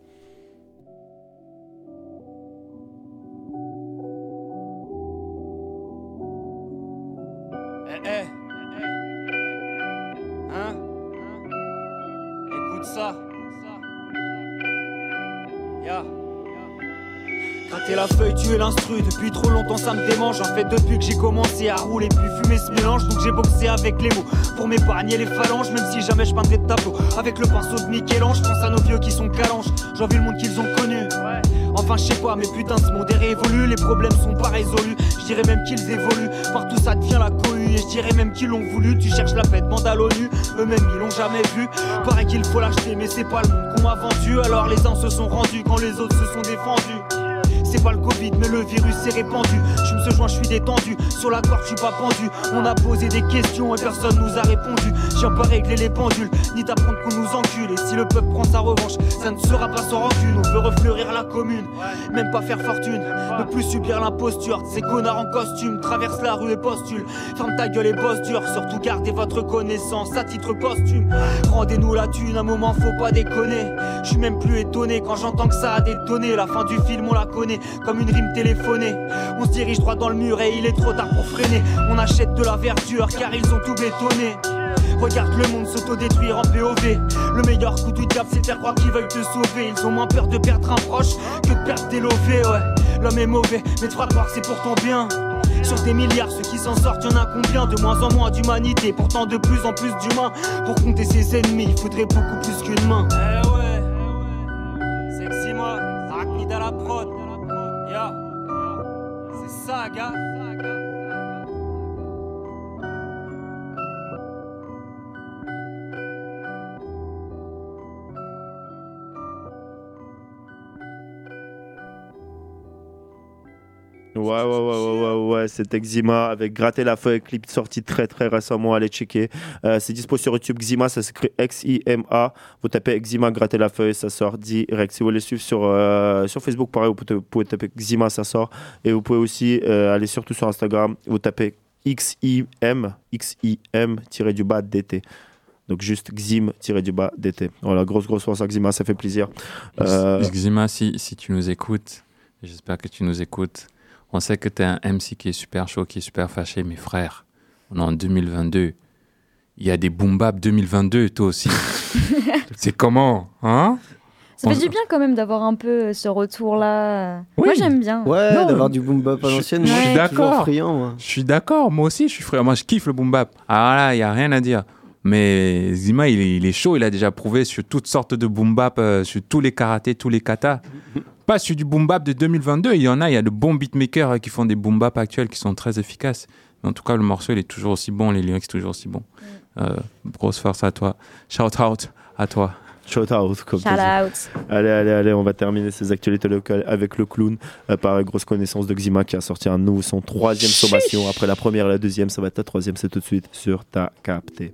Eh eh Hein Écoute ça. Ya Gratter la feuille, tuer l'instru, depuis trop longtemps ça me démange. En fait depuis que j'ai commencé à rouler, puis fumer ce mélange. Donc j'ai boxé avec les mots, pour m'épargner les phalanges. Même si jamais je peindrais de tableau, avec le pinceau de Michel-Ange. Je pense à nos vieux qui sont calanches, j'envie le monde qu'ils ont connu. Enfin je sais pas, mais putain ce monde est révolu. Les problèmes sont pas résolus, je dirais même qu'ils évoluent. Partout ça devient la cohue, et je dirais même qu'ils l'ont voulu. Tu cherches la paix, demande à l'ONU, eux-mêmes ils l'ont jamais vu. Paraît qu'il faut l'acheter, mais c'est pas le monde qu'on m'a vendu. Alors les uns se sont rendus quand les autres se sont défendus. C'est pas le Covid mais le virus s'est répandu. Je me joins, je suis détendu. Sur la corde je suis pas pendu. On a posé des questions et personne nous a répondu. Je viens pas régler les pendules, ni t'apprendre qu'on nous encule. Et si le peuple prend sa revanche, ça ne sera pas sans rancune. On veut refleurir la commune, même pas faire fortune. Ne plus subir l'imposture de ces connards en costume. Traverse la rue et postule. Ferme ta gueule et bosse dur. Surtout gardez votre connaissance à titre posthume. Rendez-nous la thune, un moment faut pas déconner. Je suis même plus étonné quand j'entends que ça a détonné. La fin du film on la connaît comme une rime téléphonée. On se dirige droit dans le mur et il est trop tard pour freiner. On achète de la verdure car ils ont tout bétonné. Regarde le monde s'autodétruire en P O V. Le meilleur coup du diable c'est de faire croire qu'ils veulent te sauver. Ils ont moins peur de perdre un proche que de perdre des lovés. Ouais, l'homme est mauvais mais te fera croire que c'est pour ton bien. Sur des milliards ceux qui s'en sortent y'en a combien? De moins en moins d'humanité, pourtant de plus en plus d'humains. Pour compter ses ennemis il faudrait beaucoup plus qu'une main. Eh ouais, c'est Xima, Arachnid à la prod. Ya, c'est ça gars. Ouais, ouais, ouais, ouais, ouais, ouais, c'est Xima avec Gratter la feuille, clip sorti très très récemment, allez checker. Euh, c'est dispo sur YouTube, Xima, ça s'écrit X I M A. Vous tapez Xima, Gratter la feuille, ça sort direct. Si vous voulez suivre sur, euh, sur Facebook, pareil, vous pouvez, vous pouvez taper Xima, ça sort. Et vous pouvez aussi euh, aller surtout sur Instagram, vous tapez X I M, X I M-du-bas D T. Donc juste Xim-du-bas D T. Voilà, grosse, grosse force à Xima, ça fait plaisir. Euh... Xima, si, si tu nous écoutes, j'espère que tu nous écoutes. On sait que tu es un M C qui est super chaud, qui est super fâché, mais frère, on est en deux mille vingt-deux. Il y a des boom bap deux mille vingt-deux, toi aussi. C'est comment, hein? Ça on... fait du bien quand même d'avoir un peu ce retour-là. Oui. Moi, j'aime bien. Ouais, non, d'avoir du boom bap à l'ancienne. Je, ouais. je suis d'accord. Friand, moi. Je suis d'accord, moi aussi, je suis friand. Moi, je kiffe le boom bap. Ah là, il n'y a rien à dire. Mais Xima, il est, il est chaud, il a déjà prouvé sur toutes sortes de boom bap, euh, sur tous les karatés, tous les katas. Pas sur du boom bap de deux mille vingt-deux, il y en a, il y a de bons beatmakers euh, qui font des boom bap actuels qui sont très efficaces. Mais en tout cas, le morceau, il est toujours aussi bon, les lyrics, toujours aussi bons. Euh, grosse force à toi. Shout out à toi. Shout out, comme Shout out. Allez, allez, allez, on va terminer ces actualités locales avec le clown. Euh, pareil, grosse connaissance de Xima qui a sorti un nouveau son, troisième sommation. Après la première et la deuxième, ça va être la troisième, c'est tout de suite sur Ta Capté.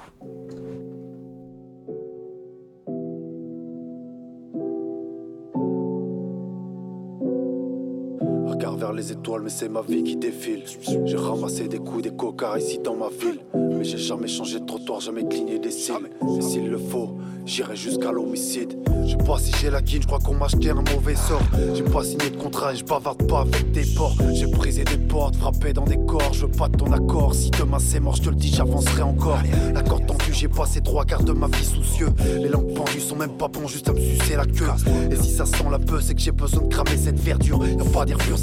Regard vers les étoiles, mais c'est ma vie qui défile. J'ai ramassé des coups, des cocards ici dans ma ville. Mais j'ai jamais changé de trottoir, jamais cligné des cils. Et s'il le faut, j'irai jusqu'à l'homicide. Je sais pas si j'ai la guine, je crois qu'on m'a acheté un mauvais sort. J'ai pas signé de contrat et je bavarde pas avec des porcs. J'ai brisé des portes, frappé dans des corps. Je veux pas de ton accord, si demain c'est mort, je te le dis, j'avancerai encore. La corde tendue, j'ai passé trois quarts de ma vie soucieux. Les langues pendues sont même pas bons, juste à me sucer la queue. Et si ça sent la peur, c'est que j'ai besoin de cramer cette verdure. Y'a pas d'hervure, ça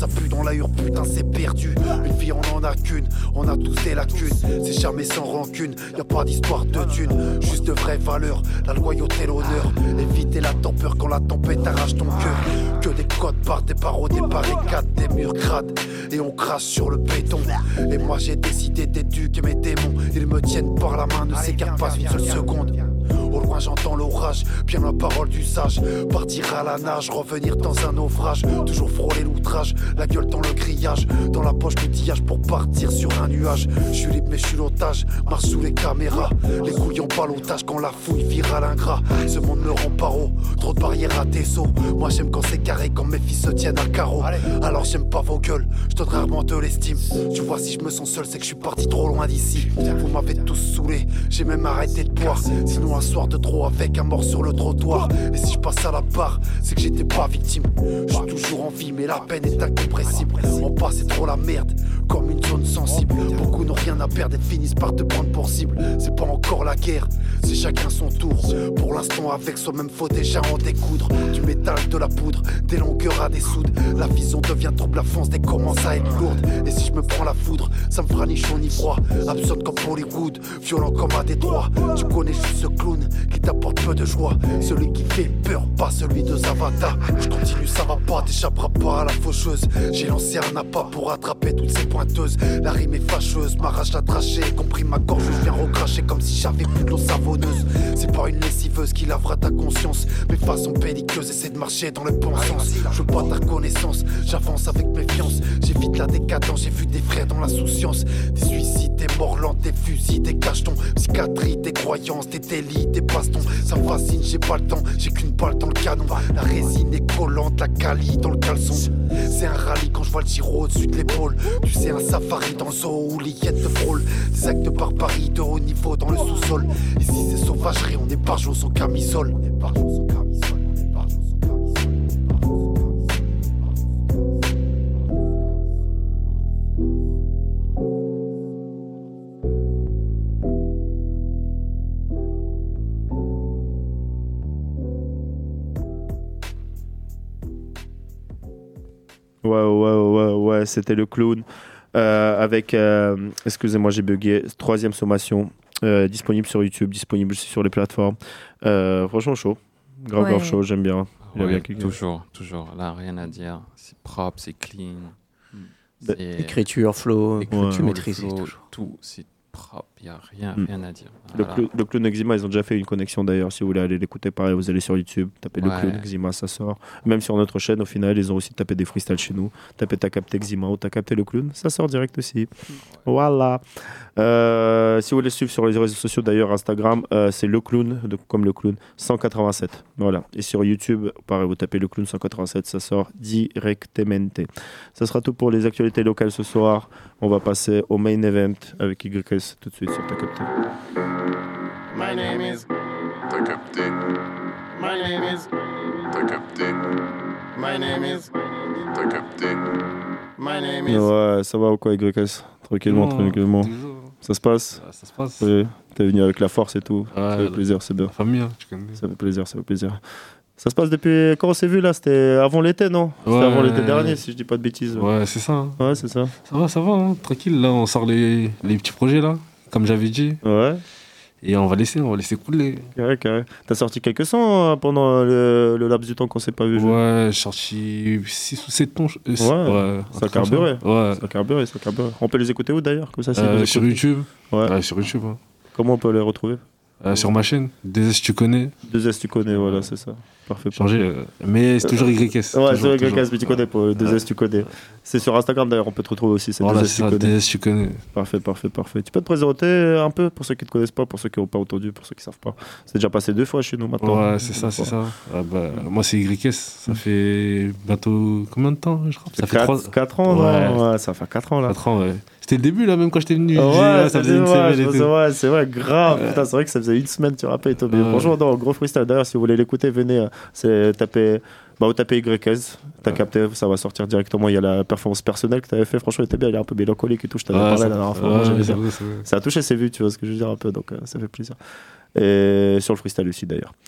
ça pue dans l'ailleurs, putain c'est perdu. Une vie on en a qu'une, on a tous des lacunes. C'est jamais sans rancune, y a pas d'histoire de thune. Juste de vraies valeurs, la loyauté, l'honneur. Éviter la tempeur quand la tempête arrache ton cœur. Que des codes barres, des barreaux, des barricades, des murs crades. Et on crache sur le béton. Et moi j'ai décidé d'éduquer mes démons. Ils me tiennent par la main, ne s'écartent pas une seule seconde. Au loin j'entends l'orage, bien la parole du sage. Partir à la nage, revenir dans un naufrage. Toujours frôler l'outrage, la gueule dans le grillage. Dans la poche l'outillage pour partir sur un nuage. Je suis libre mais je suis l'otage, marche sous les caméras. Les couilles en ballottage quand la fouille vire à l'ingrat. Ce monde me rend paro, trop de barrières à tes os. Moi j'aime quand c'est carré, quand mes filles se tiennent à carreau. Alors j'aime pas vos gueules, je donne rarement de l'estime. Tu vois si je me sens seul c'est que je suis parti trop loin d'ici. Vous m'avez tous saoulé, j'ai même arrêté de boire. Sinon un soir de trop avec un mort sur le trottoir. Et si je passe à la barre, c'est que j'étais pas victime. Je suis toujours en vie mais la peine est incompressible. En bas c'est trop la merde, comme une zone sensible. Beaucoup n'ont rien à perdre et finissent par te prendre pour cible. C'est pas encore la guerre, c'est chacun son tour. Pour l'instant avec soi-même faut déjà en découdre. Du métal, de la poudre, des longueurs à des soudes. La vision devient trouble, la fonce dès commence à être lourde. Et si je me prends la foudre, ça me fera ni chaud ni froid. Absurde comme Bollywood, violent comme à Détroit. Tu connais juste ce clown qui t'apporte peu de joie. Celui qui fait peur, pas celui de Zavata. Je continue, ça va pas, t'échapperas pas à la faucheuse. J'ai lancé un appât pour attraper toutes ces pointeuses. La rime est fâcheuse, m'arrache la trachée. Compris ma gorge, je viens recracher comme si j'avais plus de l'eau savonneuse. C'est pas une lessiveuse qui lavera ta conscience. Mes façons belliqueuses, essaie de marcher dans le bon sens. Je veux pas ta reconnaissance, j'avance avec méfiance. J'évite la décadence, j'ai vu des frères dans l'insouciance. Des suicides, des morts lents, des fusils, des cachetons. Psychiatrie, des croyances, des délits, des bastons. Ça me fascine, j'ai pas le temps, j'ai qu'une balle dans le canon. La résine est collante, la cali dans le caleçon. C'est un rallye quand je vois le giro au-dessus de l'épaule. Tu sais, un safari dans le zoo où l'hyène te frôle. Des actes de barbarie de haut niveau dans le sous-sol. Ici c'est sauvagerie, on est barjot sans camisole. On est barjot sans camisole, on est barjot sans camisole. Ouais, ouais, ouais, ouais, c'était le clown. Euh, avec, euh, excusez-moi, j'ai bugué. Troisième sommation, euh, disponible sur YouTube, disponible aussi sur les plateformes. Euh, franchement, chaud. Grave, Ouais. grave chaud, j'aime bien. Il a Ouais, bien toujours, toujours. Là, rien à dire. C'est propre, c'est clean. C'est- Écriture, flow, Écriture, tu le maîtrises flow, toujours. tout. C'est propre, il n'y a rien, Mm. rien à dire. Le, Voilà. clou- le clown Exima, ils ont déjà fait une connexion d'ailleurs. Si vous voulez aller l'écouter, pareil, vous allez sur YouTube, tapez le Ouais. clown Exima, ça sort. Même sur notre chaîne, au final, ils ont aussi tapé des freestyles chez nous. Tapez T'as capté Exima ou T'as capté le clown, ça sort direct aussi. Voilà. Euh, si vous voulez suivre sur les réseaux sociaux, d'ailleurs, Instagram, euh, c'est le clown, de- comme le clown, cent quatre-vingt-sept. Voilà. Et sur YouTube, pareil, vous tapez le clown cent quatre-vingt-sept, ça sort directement. Ça sera tout pour les actualités locales ce soir. On va passer au main event avec Y S tout de suite sur T'as capté. My name is. T'as capté, My name is. t'as capté, My name is. t'as capté. My name is. Ouais, ça va ou quoi, Y S? Tranquillement, Non, tranquillement. toujours. Ça se passe? Ah, ça se passe. Oui. T'es venu avec la force et tout. Ouais, ça fait la- plaisir, c'est bien. La famille, hein, tu connais. Ça fait plaisir, ça fait plaisir. Ça se passe depuis quand on s'est vu là? C'était avant l'été, non? C'était Ouais. avant l'été dernier, si je dis pas de bêtises. Ouais, c'est ça. hein. Ouais, c'est ça. Ça va, ça va, hein, tranquille. Là, on sort les, les petits projets, là, comme j'avais dit. Ouais. Et on va laisser, on va laisser couler. Carré, carré. T'as sorti quelques sons euh, pendant le, le laps du temps qu'on s'est pas vu. je- Ouais, j'ai sorti six ou sept tons. euh, Ouais, six- ouais, ça a un truc comme carburé. Ouais. Ça a carburé, ça a carburé. On peut les écouter où d'ailleurs? Comme ça, si Euh, vous sur écoutez. YouTube. Ouais. Ouais, sur YouTube. hein. Comment on peut les retrouver? Euh, sur ma chaîne, D S tu connais. deux S tu connais, voilà, c'est ça. Parfait. Changé, parfait. euh, mais c'est toujours Y S. Ouais, toujours, c'est toujours. Y S, mais tu connais pour deux S tu connais. C'est sur Instagram d'ailleurs, on peut te retrouver aussi. C'est Voilà, deux S c'est tu ça, connais. D S tu connais. Parfait, parfait, parfait. Tu peux te présenter un peu pour ceux qui ne te connaissent pas, pour ceux qui n'ont pas entendu, pour ceux qui ne savent pas. C'est déjà passé deux fois chez nous maintenant. Ouais, c'est ça, c'est ça. Ah bah, moi, c'est Y S. Ça fait bientôt combien de temps je crois Ça fait trois quatre ans, ouais. non ouais, ça fait quatre ans là. quatre ans, ouais. C'était le début là, même quand j'étais venu. Ouais, j'ai- là, ça c'est faisait une vrai, semaine et c'est tout. vrai, c'est vrai, grave. Putain, c'est vrai que ça faisait une semaine, tu rappelles, et tout. Mais Ouais. franchement, non, gros freestyle. D'ailleurs, si vous voulez l'écouter, venez. euh, C'est taper. Bah, vous tapez Y S, t'as capté, ça va sortir directement. Il y a la performance personnelle que t'avais fait. Franchement, il était bien, il est un peu mélancolique et tout. Je t'avais Ouais, parlé ça- la dernière fois. ouais, Moi, j'aimais c'est bien. vrai, c'est vrai. Ça a touché ses vues, tu vois ce que je veux dire un peu, donc euh, ça fait plaisir. Et sur le freestyle aussi d'ailleurs.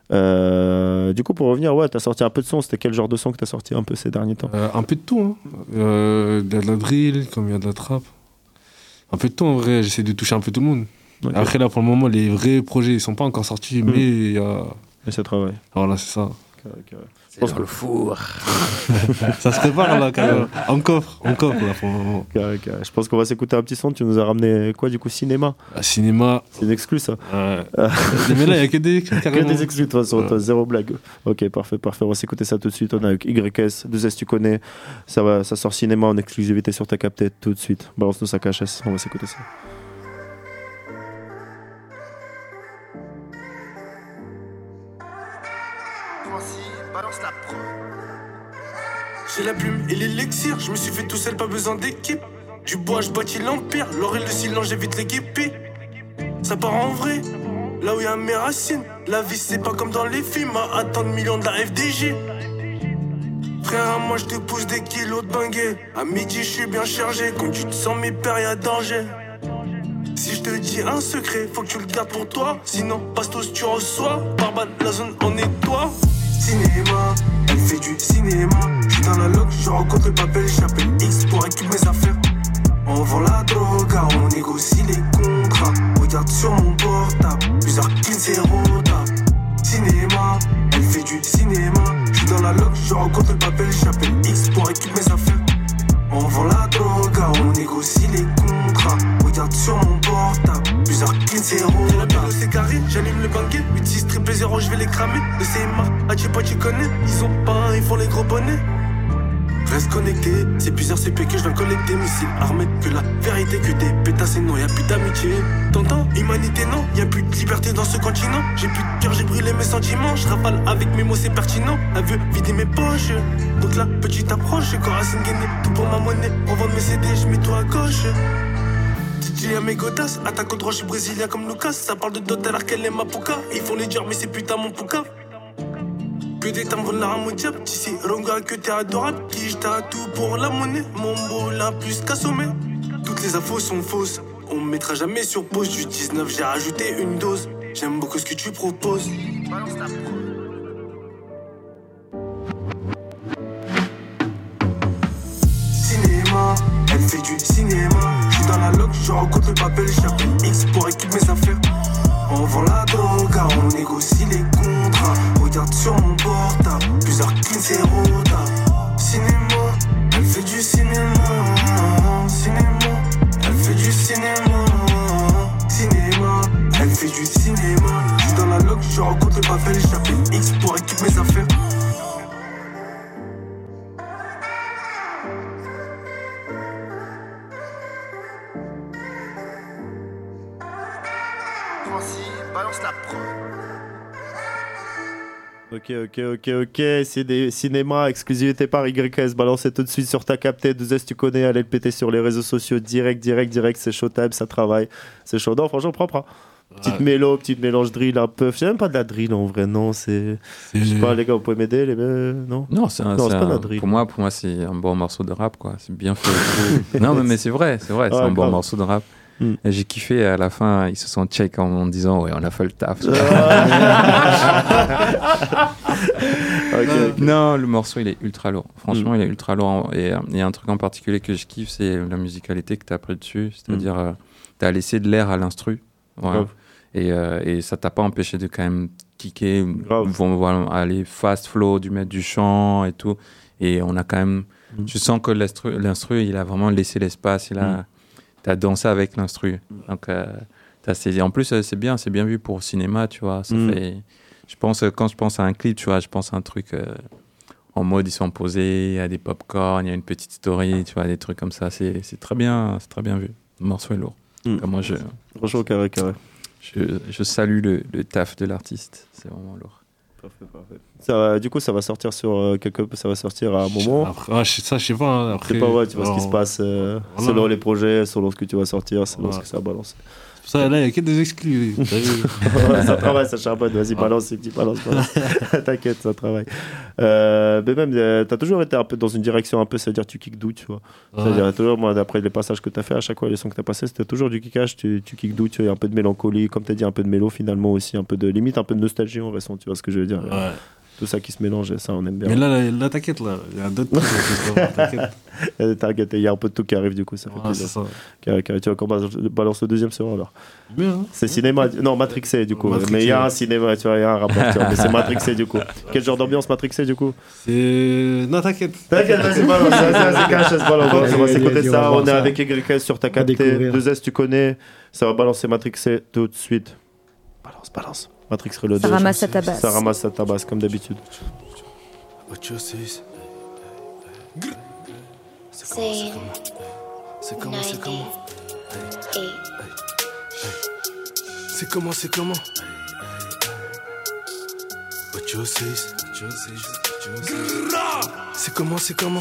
Euh, du coup, pour revenir, ouais, t'as sorti un peu de son. C'était quel genre de son que t'as sorti un peu ces derniers temps? euh, Un peu de tout. Hein. Euh, il y a de la drill, comme il y a de la trap. Un peu de tout en vrai. J'essaie de toucher un peu tout le monde. Okay. Après, là, pour le moment, les vrais projets, ils sont pas encore sortis, mmh. mais il y a. Mais ça travaille. Voilà, c'est ça. Carré, carré. C'est dans que... le four. Ça se prépare là, carrément. En coffre, en coffre là pour le moment. Carré, carré. Je pense qu'on va s'écouter un petit son. Tu nous as ramené quoi du coup? Cinéma. Ah, cinéma. C'est une exclue ça. Ouais. Mais là, il n'y a que des. Que des exclus de toute façon, ouais. Zéro blague. Ok, parfait, parfait. On va s'écouter ça tout de suite. On a avec Y S, deux S tu connais. Ça, va, ça sort cinéma en exclusivité sur ta captée tout de suite. Balance-nous sa K H S. On va s'écouter ça. Balance la pro. J'ai la plume et l'élixir, je me suis fait tout seul, pas besoin d'équipe. Du bois, je bâtis l'empire, l'or et le silence, j'évite les guépis. Ça part en vrai, là où y'a mes racines. La vie, c'est pas comme dans les films, à attendre millions de la F D J. Frère, à moi, je te pousse des kilos de banguet. À midi, je suis bien chargé, quand tu te sens mes pères, y'a danger. Si je te dis un secret, faut que tu le gardes pour toi. Sinon, bastos, tu reçois. Par balle, la zone, on est toi. Cinéma, elle fait du cinéma. J'suis dans la loc, je rencontre le papel, j'appelle X pour récupérer mes affaires. On vend la drogue, on négocie les contrats. Regarde sur mon portable, plusieurs kills, zéro tap. Cinéma, elle fait du cinéma. J'suis dans la loc, je rencontre le papel, j'appelle X pour récupérer mes affaires. On vend la drogue, on négocie les contrats. Regarde sur mon portable, plusieurs kills, zéro. Y'a la bière, c'est carré, j'allume le banquet. huit six triple zéro, je vais les cramer. Le C M A, ah tu pas tu connais. Ils ont pas un, ils font les gros bonnets. Reste connecté, c'est plusieurs C P que je dois collecter. Missiles armés, que la vérité, que des pétasses et non, y'a plus d'amitié. T'entends, humanité non, y'a plus de liberté dans ce continent. J'ai plus de cœur, j'ai brûlé mes sentiments. Je rafale avec mes mots, c'est pertinent. Elle veut vider mes poches. Donc la petite approche, Corazine gainé, tout pour ma monnaie. Revendre mes C D, je mets tout à gauche. J'ai à mes godasses, attaque au droit, je suis brésilien comme Lucas. Ça parle de dot alors qu'elle est ma pouka. Ils font les durs, mais c'est putain mon pouka. Que des timbres là à mon diable. Tissé, Ronga, que t'es adorable. Qui j't'a tout pour la monnaie. Mon beau là plus qu'à sommet. Toutes les infos sont fausses. On me mettra jamais sur pause. Du dix-neuf, j'ai rajouté une dose. J'aime beaucoup ce que tu proposes. Balance ta pro. Cinéma, elle fait du cinéma. J'suis dans la loc, je rencontre le papel, j'appelle X pour récupérer mes affaires. On vend la drogue, on négocie les contrats. Regarde sur mon portable, plusieurs kills, zéro tap. Cinéma, elle fait du cinéma. Cinéma, elle fait du cinéma. Cinéma, elle fait du cinéma. J'suis dans la loc, je rencontre le papel, j'appelle X pour récupérer mes affaires. Balance la pro. Ok, ok, ok, ok. C'est des cinémas, exclusivité par Y S. Balancez tout de suite sur ta captée. deux S, tu connais. Allez le péter sur les réseaux sociaux. Direct, direct, direct. C'est showtime, ça travaille. C'est chaud. Non, franchement, propre. Hein. Petite ouais. mélo, petite mélange drill un peu. C'est même pas de la drill en vrai, non. C'est. Je sais pas, les gars, vous pouvez m'aider les... Non, non, c'est, un, non, c'est, c'est pas un... de la drill. Pour moi, pour moi, c'est un bon morceau de rap, quoi. C'est bien fait. Non, mais, mais c'est vrai, c'est vrai. C'est ouais, un grave. Bon morceau de rap. Mm. J'ai kiffé à la fin, ils se sont check en, en disant ouais on a fait le taf. okay, okay. Non, le morceau il est ultra lourd. Franchement mm. il est ultra lourd et il y a un truc en particulier que je kiffe, c'est la musicalité que t'as pris dessus, c'est-à-dire mm. euh, t'as laissé de l'air à l'instru, voilà. et, euh, et ça t'a pas empêché de quand même kicker, vont voilà, aller fast flow, du mettre du chant et tout, et on a quand même, mm. tu sens que l'instru, l'instru il a vraiment laissé l'espace, il a mm. t'as dansé avec l'instru. Donc, euh, t'as saisi. En plus, c'est bien, c'est bien vu pour le cinéma, tu vois. Ça mm. fait... Je pense, quand je pense à un clip, tu vois, je pense à un truc euh, en mode, ils sont posés, il y a des pop-corn, il y a une petite story, tu vois, des trucs comme ça. C'est, c'est très bien, c'est très bien vu. Le morceau est lourd. Mm. Comme moi, je... Franchement, carré, carré. Je, je salue le, le taf de l'artiste. C'est vraiment lourd. Parfait, parfait. Ça va, du coup, ça va sortir sur euh, quelque, ça va sortir à un moment. Après, ah, ça, je sais pas. Hein, après, je sais pas, ouais, tu vois alors, ce qui se passe euh, voilà. Selon les projets, selon ce que tu vas sortir, selon voilà. ce que ça va balancer. Ça, là, il n'y a que des exclus. Ça travaille, ça charbonne. Vas-y, balance, c'est petit, balance, balance. T'inquiète, ça travaille. Euh, mais même, euh, t'as toujours été un peu dans une direction un peu, c'est-à-dire tu kicks d'où, tu vois. Ouais. C'est-à-dire, toujours, moi, d'après les passages que t'as fait, à chaque fois, les sons que t'as passés, c'était toujours du kickage, tu, tu kicks d'où, tu as un peu de mélancolie, comme t'as dit, un peu de mélo finalement aussi, un peu de limite, un peu de nostalgie en ressent, tu vois ce que je veux dire. Ouais. Tout ça qui se mélange, et ça, on aime bien. Mais là, là, là t'inquiète, là. Il y a d'autres trucs. T'inquiète. T'inquiète, il y a un peu de tout qui arrive, du coup, ça fait ouais, plaisir. C'est ça. Qui, qui, tu vas encore balance le deuxième sur alors. Bien, hein. C'est cinéma. Non, Matrixé, du coup. Matrixé. Mais il y a un cinéma, tu vois, il y a un rapport. Mais c'est Matrixé, du coup. Quel genre d'ambiance Matrixé, du coup? C'est. Non, t'inquiète. T'inquiète, vas-y, balance. C'est cash, c'est balance. On va s'écouter ça. On est avec Y S sur ta capté. deux S, tu connais. Ça va balancer Matrixé tout de suite. Balance, balance. Matrix Reloaded. Ça ramasse à ta basse. Ça ramasse à ta basse, comme d'habitude. C'est C'est comment, c'est comment C'est comment, c'est comment C'est comment, c'est comment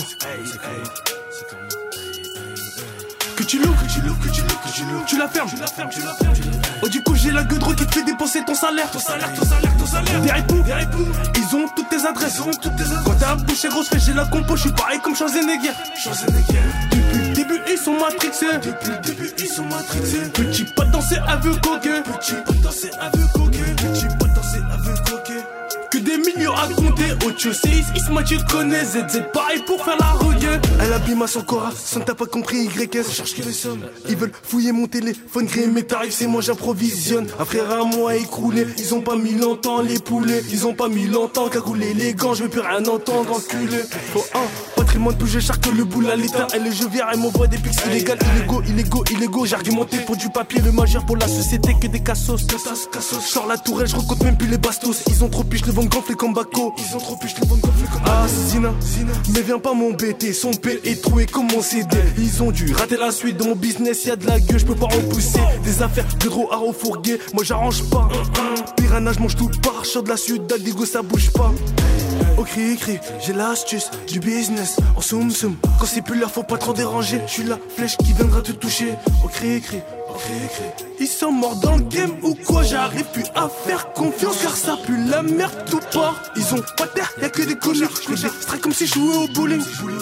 Que tu loues, que tu loues, que tu loues, que tu loues. Tu la fermes, tu la fermes, tu la fermes. Oh, du coup, j'ai la gueudre qui te fait dépenser ton salaire. Ton salaire, ton salaire, ton salaire. Des ripoux, des ripoux. Ils ont toutes tes adresses. Ils ont toutes tes adresses. Quand t'as un boucher grosse fait, j'ai la compo. Je suis pareil comme Schwarzenegger. Schwarzenegger. Depuis le début, ils sont matrixés. Depuis le début, ils sont matrixés. Petit pas danser aveu coqueux. Petit pas danser aveu coqueux. Petit pas danser aveu coqueux. Que des millions à compter. Ocho seis, Isma, tu connais. Z Z, pareil pour faire la rugueux. Elle abîme à son corps, sans t'as pas compris Y S. Cherche que les sommes. Ils veulent fouiller mon téléphone, créer mes tarifs, c'est moi j'approvisionne. Un frère à moi écroulé, ils ont pas mis longtemps les poulets. Ils ont pas mis longtemps qu'à couler les gants, je veux plus rien entendre, enculé. Faut un patrimoine plus cher que le boule à l'état. Et les jeux viens et m'envoie des pics illégales, illégaux, illégaux, illégaux. J'ai argumenté pour du papier, le majeur pour la société que des cassos. Sors la tourelle, je recompte même plus les bastos. Ils ont trop piche, le vent gonflé comme Baco. Ils ont trop piche, le vent gonflé comme Baco. Ah, Zina, mais viens pas m'embêter, son P est troué comme mon C D. Ils ont dû rater la suite de mon business, y'a de la gueule, je peux pas repousser. Des affaires de gros à refourguer, moi j'arrange pas. Piranha, je mange tout par sur de la suite, d'Aldigo ça bouge pas. Au cri cri, j'ai l'astuce du business en soum soum. Quand c'est plus là, faut pas trop déranger. Je suis la flèche qui viendra te toucher. Au cri cri, au cri cri. Ils sont morts dans le game ou quoi? J'arrive plus à faire confiance car ça pue la merde tout part. Ils ont pas terre, y'a que des conneries. Je fais des strikes comme si je jouais au bowling.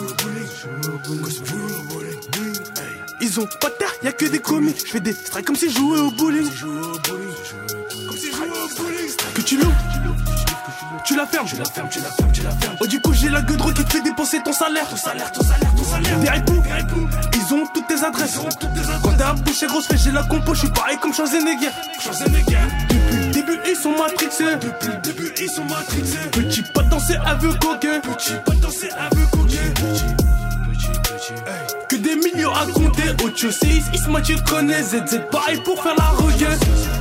Ils ont pas terre, y'a que des commis. Je fais des strikes comme si je jouais au bowling. Que tu loues, tu la fermes, tu la fermes, tu la fermes, tu la fermes. Oh, du coup, j'ai la gueudre qui te fait dépenser ton salaire. Ton salaire, ton salaire, ton salaire. Des ripoux, des ripoux. Ils ont toutes tes adresses. Quand t'as un boucher grosse fait, j'ai la compo. Je suis pareil comme Schwarzenegger. Schwarzenegger. Depuis le début, ils sont matrixés. Depuis le début, ils sont matrixés. Petit pas danser aveu coqueux. Petit pas danser aveu coqueux. Petit, petit, petit. Que des millions à compter. Ocho seis, Isma, tu connais. Z Z, pareil pour faire la rugueux.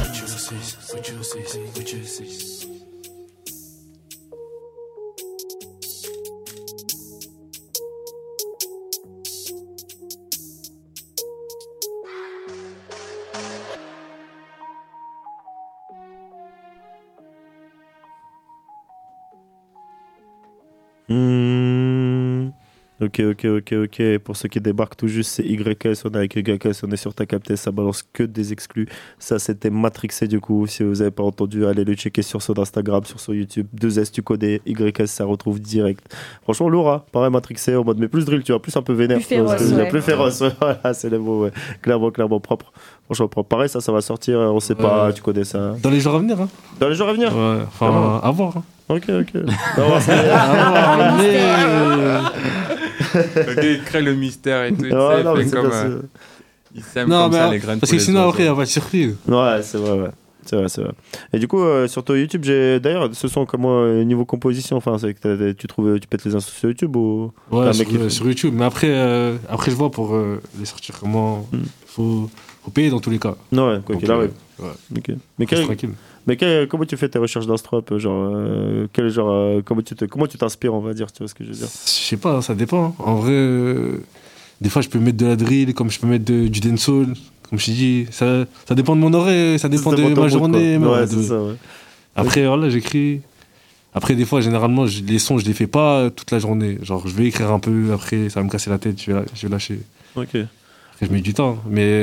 Mmh. Ok, ok, ok, ok. Pour ceux qui débarquent tout juste, c'est Y S. On est avec Y S, on est sur ta capté. Ça balance que des exclus. Ça, c'était Matrixé du coup. Si vous n'avez pas entendu, allez le checker sur son Instagram, sur son YouTube. deux S, tu connais. Y S, ça retrouve direct. Franchement, Laura, pareil, Matrixé en mode, mais plus drill, tu vois, plus un peu vénère. Plus féroce. Ouais. Ouais. Plus féroce, ouais. Voilà, c'est les mots, ouais. Clairement, clairement propre. Franchement, propre. Pareil, ça, ça va sortir. On sait ouais. pas, tu connais ça. Dans les jours à venir, hein. Dans les jours à venir. Ouais, enfin, à voir. Hein. Ok, ok. Non, c'est... ah, ok, il crée le mystère et tout. Non, ça, non, il mais comme, c'est euh, il sème non, comme mais ça alors, les graines. Parce que sinon, après, il va pas de surprise. Ouais, c'est vrai, ouais. C'est vrai, c'est vrai. Et du coup, euh, sur ton YouTube, j'ai d'ailleurs, ce son comme moi, euh, niveau composition, enfin, c'est que tu trouves, tu pètes les instruments sur YouTube ou ouais, sur, euh, sur YouTube. Mais après, euh, après, je vois pour euh, les sortir comment. Mm. Faut, faut payer dans tous les cas. Non, ouais, quoi qu'il arrive. Ouais. Ok. Mais quel, tranquille. Mais quel, comment tu fais tes recherches d'instru, genre, euh, quel genre, euh, comment tu te, comment tu t'inspires, on va dire, tu vois ce que je veux dire? Je sais pas, ça dépend. En vrai, euh, des fois, je peux mettre de la drill, comme je peux mettre de, du dancehall. Comme je t'ai dit, ça, ça dépend de mon oreille, ça dépend ça de ma journée. Mood, ouais, de... c'est ça, ouais. Après, voilà, j'écris. Après, des fois, généralement, je, les sons, je les fais pas toute la journée. Genre, je vais écrire un peu, après, ça va me casser la tête, je vais, je vais lâcher. Ok. Après, je mets du temps. Mais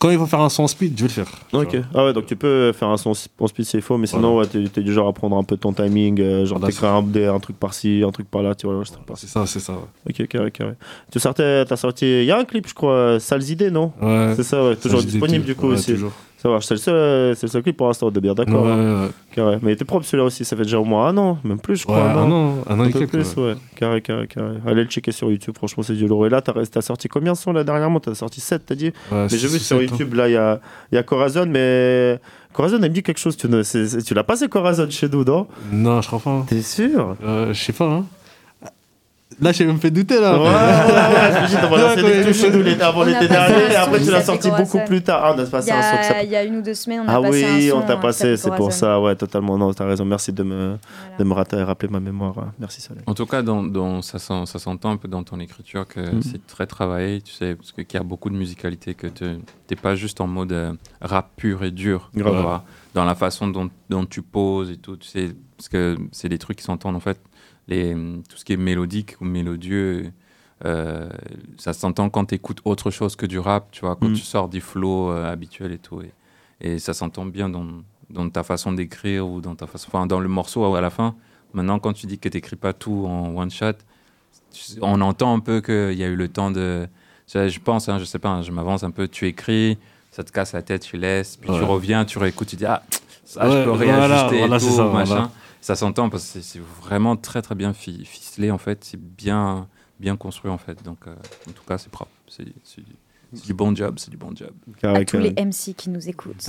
Quand il faut faire un son en speed, je vais le faire. Ok. Ah ouais, donc tu peux faire un son en speed s'il faut, mais sinon, Voilà. ouais, t'es, t'es du genre à prendre un peu ton timing, euh, genre Voilà, t'écrire un, des- un truc par-ci, un truc par-là, tu vois. Ouais, c'est ça, c'est ça. Ouais. Ok, carré, carré. Tu sortais, t'as sorti. Il y a un clip, je crois, Sales Idées, non? Ouais. C'est ça, ouais. Toujours Sales Idées, disponible du coup ouais, aussi. toujours. Ça va, c'est le seul, c'est le seul clip pour l'instant, de bien, d'accord. Ouais, hein. ouais. Carré. Mais il était propre celui-là aussi, ça fait déjà au moins un an, même plus, je crois. Ouais, non un an, un an et peu quelques, plus, ouais. Carré, carré, carré. Allez le checker sur YouTube, franchement, c'est du lourd. Et là, t'as, t'as sorti combien de sons là dernièrement? T'as sorti sept, t'as dit? Ouais, mais j'ai six vu ou sur sept, YouTube, là, il y a, il y a Corazon, mais. Corazon, elle me dit quelque chose. Tu, ne, c'est, c'est- tu l'as passé, Corazon, chez nous, non? Non, je crois pas. Hein. T'es sûr? euh, Je sais pas. Hein. Là, j'ai me fait douter là. Ouais, ouais, ouais, je me dis, t'as lancé des touches chez nous l'été- avant On a l'été passé un dernier, et son après qui tu l'as s'appelait sorti Corazon. beaucoup plus tard. Ah, on a Il y, passé un son qui a, s'appelle- il y a une ou deux semaines, on a Ah passé un oui, son on t'a euh, qui passé, s'appelle c'est pour Corazon. ça, ouais, totalement. Non, t'as raison. Merci de me, de me rater- rappeler ma mémoire. Merci, Saleh. En tout cas, dans, dans, ça, sent- ça s'entend un peu dans ton écriture que Mhm. c'est très travaillé, tu sais, parce qu'il y a beaucoup de musicalité, que tu n'es pas juste en mode euh, rap pur et dur, tu Grave. vois, dans la façon dont, dont tu poses et tout, tu sais, parce que c'est des trucs qui s'entendent en fait, les, tout ce qui est mélodique ou mélodieux. Euh, ça s'entend quand tu écoutes autre chose que du rap, tu vois, quand Mm. tu sors du flow euh, habituel et tout. Et, et ça s'entend bien dans, dans ta façon d'écrire ou dans ta façon, enfin, dans le morceau à la fin. Maintenant, quand tu dis que tu n'écris pas tout en one shot, tu- on entend un peu qu'il y a eu le temps de. tu sais, Je pense, hein, je sais pas, hein, je m'avance un peu, tu écris, ça te casse la tête, tu laisses, puis tu Ouais. reviens, tu réécoutes, tu dis ah, ça Ouais, je peux voilà, réajuster voilà, et c'est tout, ça, machin. voilà. Ça s'entend parce que c'est, c'est vraiment très très bien fi- ficelé en fait, c'est bien bien construit en fait. Donc euh, en tout cas c'est propre, c'est, c'est, c'est du bon job, c'est du bon job. À tous les M C qui nous écoutent.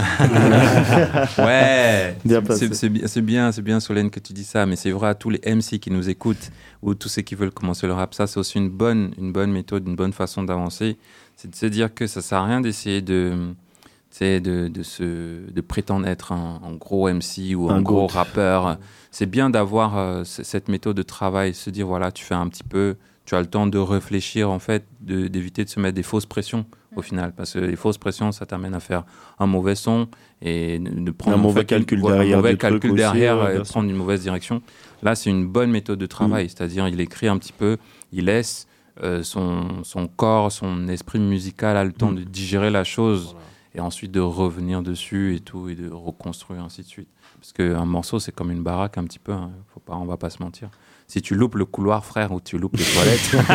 Ouais, Bien c'est, passé. c'est, c'est bien, c'est bien, c'est bien Solène que tu dis ça, mais c'est vrai à tous les M C qui nous écoutent ou tous ceux qui veulent commencer le rap, ça c'est aussi une bonne, une bonne méthode, une bonne façon d'avancer, c'est de se dire que ça sert à rien d'essayer de, tu sais, de, de se, de prétendre être un, un gros M C ou un, Un gros goat. rappeur. C'est bien d'avoir euh, c- cette méthode de travail, se dire voilà, tu fais un petit peu, tu as le temps de réfléchir en fait, de, d'éviter de se mettre des fausses pressions au final, parce que les fausses pressions, ça t'amène à faire un mauvais son et de de prendre Un en mauvais fait, calcul une- voilà, derrière un mauvais du truc calcul aussi, derrière ouais, et bien sûr. prendre une mauvaise direction. Là, c'est une bonne méthode de travail, c'est-à-dire il écrit un petit peu, il laisse euh, son, son corps, son esprit musical a le temps Mm. de digérer la chose et ensuite de revenir dessus et tout et de reconstruire ainsi de suite. Parce qu'un morceau, c'est comme une baraque un petit peu, hein. Faut pas, on va pas se mentir. Si tu loupes le couloir, frère, ou tu loupes les toilettes,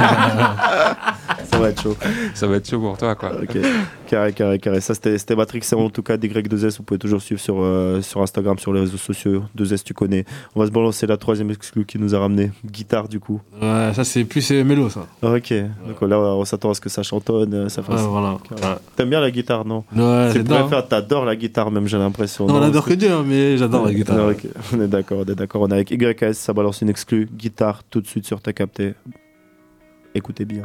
Ça va être chaud. ça va être chaud pour toi, quoi. Ok, carré, carré, carré. Ça, c'était, c'était Matrix, c'est en tout cas D Y deux S. Vous pouvez toujours suivre sur, euh, sur Instagram, sur les réseaux sociaux. deux S, tu connais. On va se balancer la troisième exclue qui nous a ramené. Guitare, du coup. Ouais, ça c'est plus euh, mélo ça. Ok, donc là, on s'attend à ce que ça chantonne. euh, Ça fasse... Ouais, voilà. Carré. Ouais. T'aimes bien la guitare, non? Ouais, Tu j'adore. préfères, t'adores la guitare, même, j'ai l'impression. Non, on non adore que Dieu, hein, mais j'adore la guitare. Ah, ok. On est d'accord, on est d'accord. On est avec Y S, ça balance une exclue. Guitare, tout de suite sur ta capté. Écoutez bien.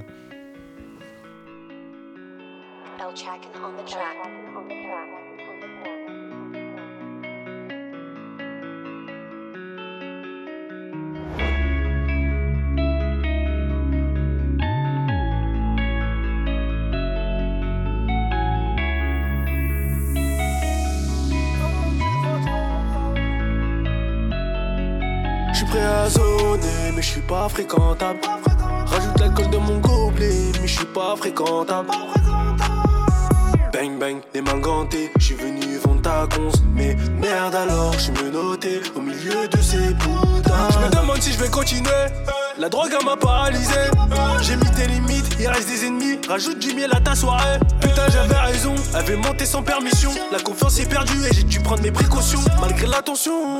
Je suis prêt à zoner, mais je suis pas fréquentable. Rajoute l'alcool dans mon gobelet, mais je suis pas fréquentable. Bang bang, les mains gantées, je suis venu vendre ta conce. Mais merde alors, je suis menotté au milieu de ces putains. Je me demande si je vais continuer, la drogue elle m'a paralysé. J'ai mis tes limites, il reste des ennemis, rajoute du miel à ta soirée. Putain j'avais raison, avait monté sans permission. La confiance est perdue et j'ai dû prendre mes précautions. Malgré l'attention,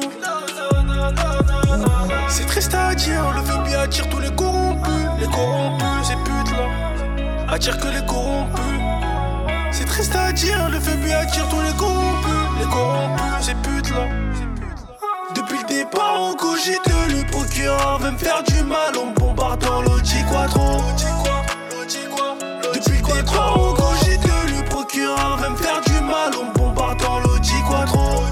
c'est triste à dire, le F B I attire tous les corrompus. Les corrompus, ces putes là, attirent que les corrompus. C'est triste à dire, le F B I attire tous les corrompus. Les corrompus, ces putes là. Depuis le départ, on cogite, le procureur veut me faire du mal. On me bombarde dans l'Audi Quattro. Depuis le départ, on cogite, le procureur veut me faire du mal. On me bombarde dans l'Audi Quattro.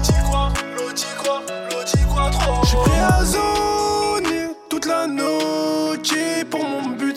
Je suis prêt à zoner toute la noche pour mon but.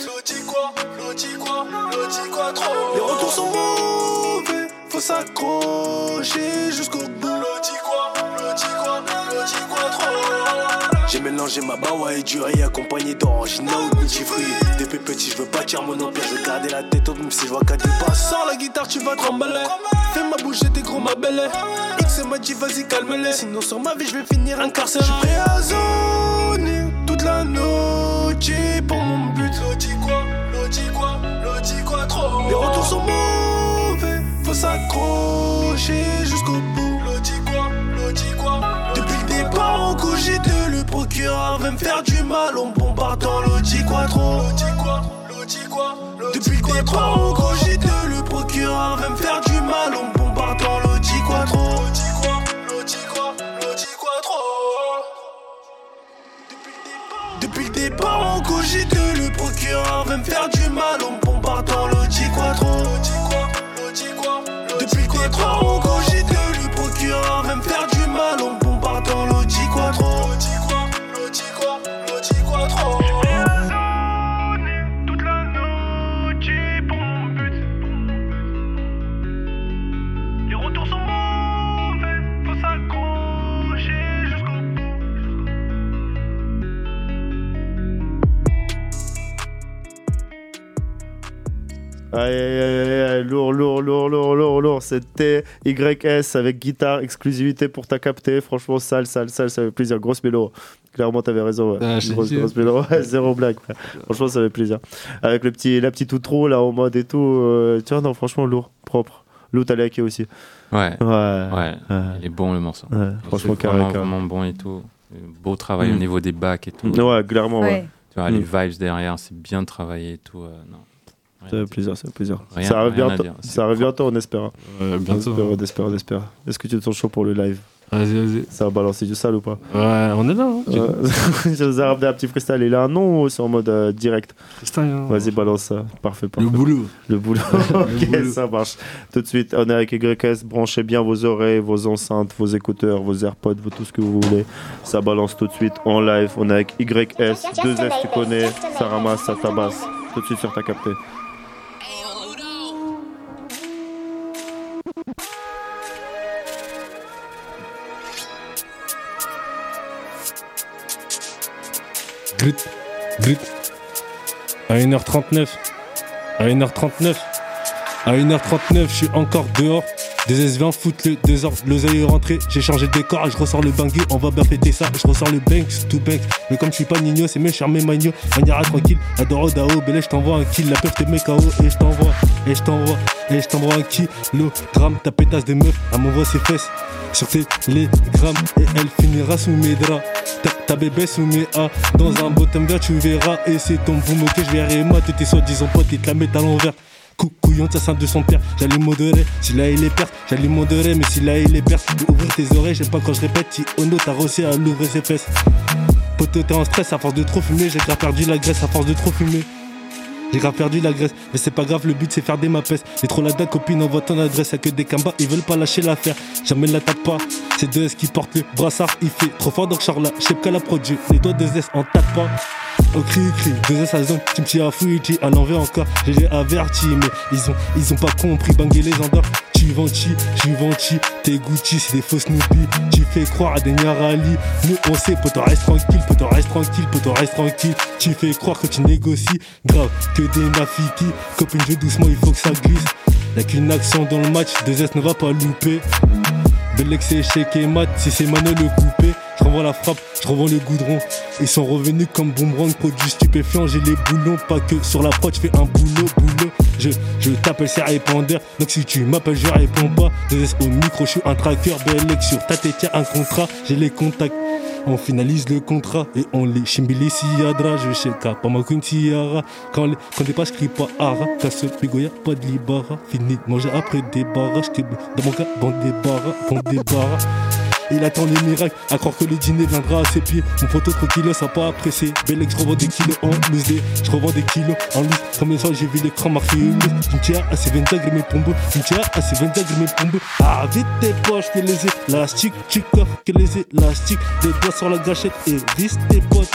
Les retours sont mauvais, faut s'accrocher jusqu'au bout. J'ai mélangé ma bawa et du riz accompagné d'orangina ou de multifruits. Depuis petit, je veux bâtir mon empire, je veux garder la tête haute, même si je vois qu'à des pas. Sors la guitare, tu vas trembler. Fais-moi bouger tes gros, ma belle. X m'a dit, vas-y, calme-les. Sinon, sur ma vie, je vais finir incarcéré. J'suis prêt à zoner toute la noche pour mon but. Lodi quoi, lodi quoi, lodi quoi, trop. Les retours sont mauvais, faut s'accrocher jusqu'au bout. Lodi quoi, lodi quoi. Depuis le départ, on cogite. Le procureur veut me faire du mal, on bombarde dans lodi quoi, trop. Lodi quoi, lodi quoi. Depuis le départ, on cogite. Le procureur veut me faire du mal, on bombarde dans lodi quoi, trop. Lodi quoi, lodi quoi, lodi quoi, trop. Depuis le départ, on cogite. Le procureur veut me faire du mal, on bombarde dans lodi quoi, trop. Depuis le départ, on cogite. Le procureur veut me faire du mal, on bombarde dans lodi quoi, trop. Lodi quoi, lodi quoi, trop. Toute la noche pour mon but. Les retours sont mauvais, faut s'accrocher jusqu'au bout. Aïe aïe aïe aïe, lourd, lourd, lourd, lourd, lourd, lourd. C'était Y S avec guitare, exclusivité pour ta capté. Franchement, sale, sale, sale, ça fait plaisir. Grosse mélo. Clairement, t'avais raison. Ouais. Ah, grosse, grosse mélo. Ouais, zéro blague. Ouais. Franchement, ça fait plaisir. Avec le petit, la petite outro là en mode et tout. Euh, tu vois, non, franchement, lourd, propre. L'autre, elle est hacké aussi. Ouais. Ouais. Ouais. ouais. Il est bon le morceau. Ouais. Franchement, carré, vraiment, vraiment bon et tout. Beau travail mmh. au niveau des bacs et tout. Ouais, clairement, ouais. ouais. Tu vois, mmh. les vibes derrière, c'est bien travaillé et tout. Euh, non. Ça fait plaisir, ça fait plaisir. Rien, ça arrive bientôt, dire, ça arrive bientôt, on espère. Ouais, bientôt. On espère, on espère, on espère. Est-ce que tu te sens chaud pour le live? Vas-y, vas-y. Ça va balancer du sale ou pas? Ouais, on est là. Hein, ouais. Je vous ai ramené un petit freestyle. Il a un nom ou c'est en mode euh, direct? Freestyle. Hein. Vas-y, balance ça. Parfait, parfait. Le boulot. Le boulot. Ok, le boulot. Ça marche. Tout de suite, on est avec Y S. Branchez bien vos oreilles, vos enceintes, vos écouteurs, vos AirPods, vos, tout ce que vous voulez. Ça balance tout de suite en live. On est avec Y S. deux S, tu connais. Ça ramasse, ça tabasse. Tout de suite sur ta capté. Grit, grit. À une heure trente-neuf. À une heure trente-neuf. À une heure trente-neuf, je suis encore dehors. Des S vingt foutent le désordre, l'oseille est rentré, j'ai changé de décor, je ressors le bangui, on va bien fêter ça, je ressors le banks, tout banks. Mais comme je suis pas Nino, c'est mieux charmé Magno, maniera tranquille, Adoro Dao, Bélé, je t'envoie un kill, la peur te met K O et je t'envoie, et je t'envoie, et je t'envoie un kilogramme, ta pétasse de meuf, elle m'envoie ses fesses sur tes grammes et elle finira sous mes draps. Ta, ta bébé sous mes A, dans un bottom vert tu verras, et c'est ton vous moquer, je verrai moi, tous tes soi-disant potes, ils te la mettent à l'envers. Couillon, ça sein de son père, j'allais modérer. Si là il est perte, j'allais modérer. Mais si là il est perte, ouvrir tes oreilles, j'aime pas quand je répète. Si Ono t'a rossé à l'ouvrir ses fesses. Poto, t'es en stress à force de trop fumer. J'ai grave perdu la graisse à force de trop fumer. J'ai grave perdu la graisse, mais c'est pas grave, le but c'est faire des mapes. Les trop la date, copine, envoie ton adresse. Y'a que des cambas, ils veulent pas lâcher l'affaire. Jamais la tape pas, c'est deux S qui portent le brassard. Il fait trop fort donc Charla, j'sais qu'à la produit. Les doigts deux S en tape pas. Au cri cri, deux S à zone, tu me tiens à fouiller, à l'envers encore, j'ai les avertis, mais ils ont, ils ont pas compris, bangé les endors. Tu ventis, tu ventis, t'es Gucci, c'est des faux Snoopy. Tu fais croire à des Nyarali. Nous on sait, poteau reste tranquille, poteau reste tranquille, poteau reste tranquille. Tu fais croire que tu négocies, grave, que des mafiki. Copine, je doucement, il faut que ça glisse. Y'a qu'une action dans le match, deux S ne va pas louper. Bellex c'est Shake et Mat, si c'est Mano le coupé. Je renvoie la frappe, je revends le goudron. Ils sont revenus comme boomerang, produit stupéfiant. J'ai les boulons, pas que sur la prod, je fais un boulot, boulot. Je, je t'appelle, c'est répondeur. Donc si tu m'appelles, je réponds pas. deux S au micro, je suis un tracker. Bellex sur ta tête, y'a un contrat. J'ai les contacts. On finalise le contrat et on les chimbili siadra. Je sais qu'à pas ma tiara. Quand les quand t'es pas, je crie pas ara. Casse pigoya, pas de libara. Fini de manger après des barrages. T'es dans mon cas, dans des barras, dans des barras. Il attend les miracles, à croire que le dîner viendra à ses pieds. Mon poteau tranquille, ça pas apprécié. Bellex, je revends des kilos en loose day. Je revends des kilos en loose. Combien de fois j'ai vu l'écran marqué loose. Je me tiens à ces vingt agres mes pombes. Je me tiens à ces vingt agres mes pombes. Ah, vite tes poches, que les élastiques. Tu coffres que les élastiques. Les doigts sur la gâchette et vise tes potes.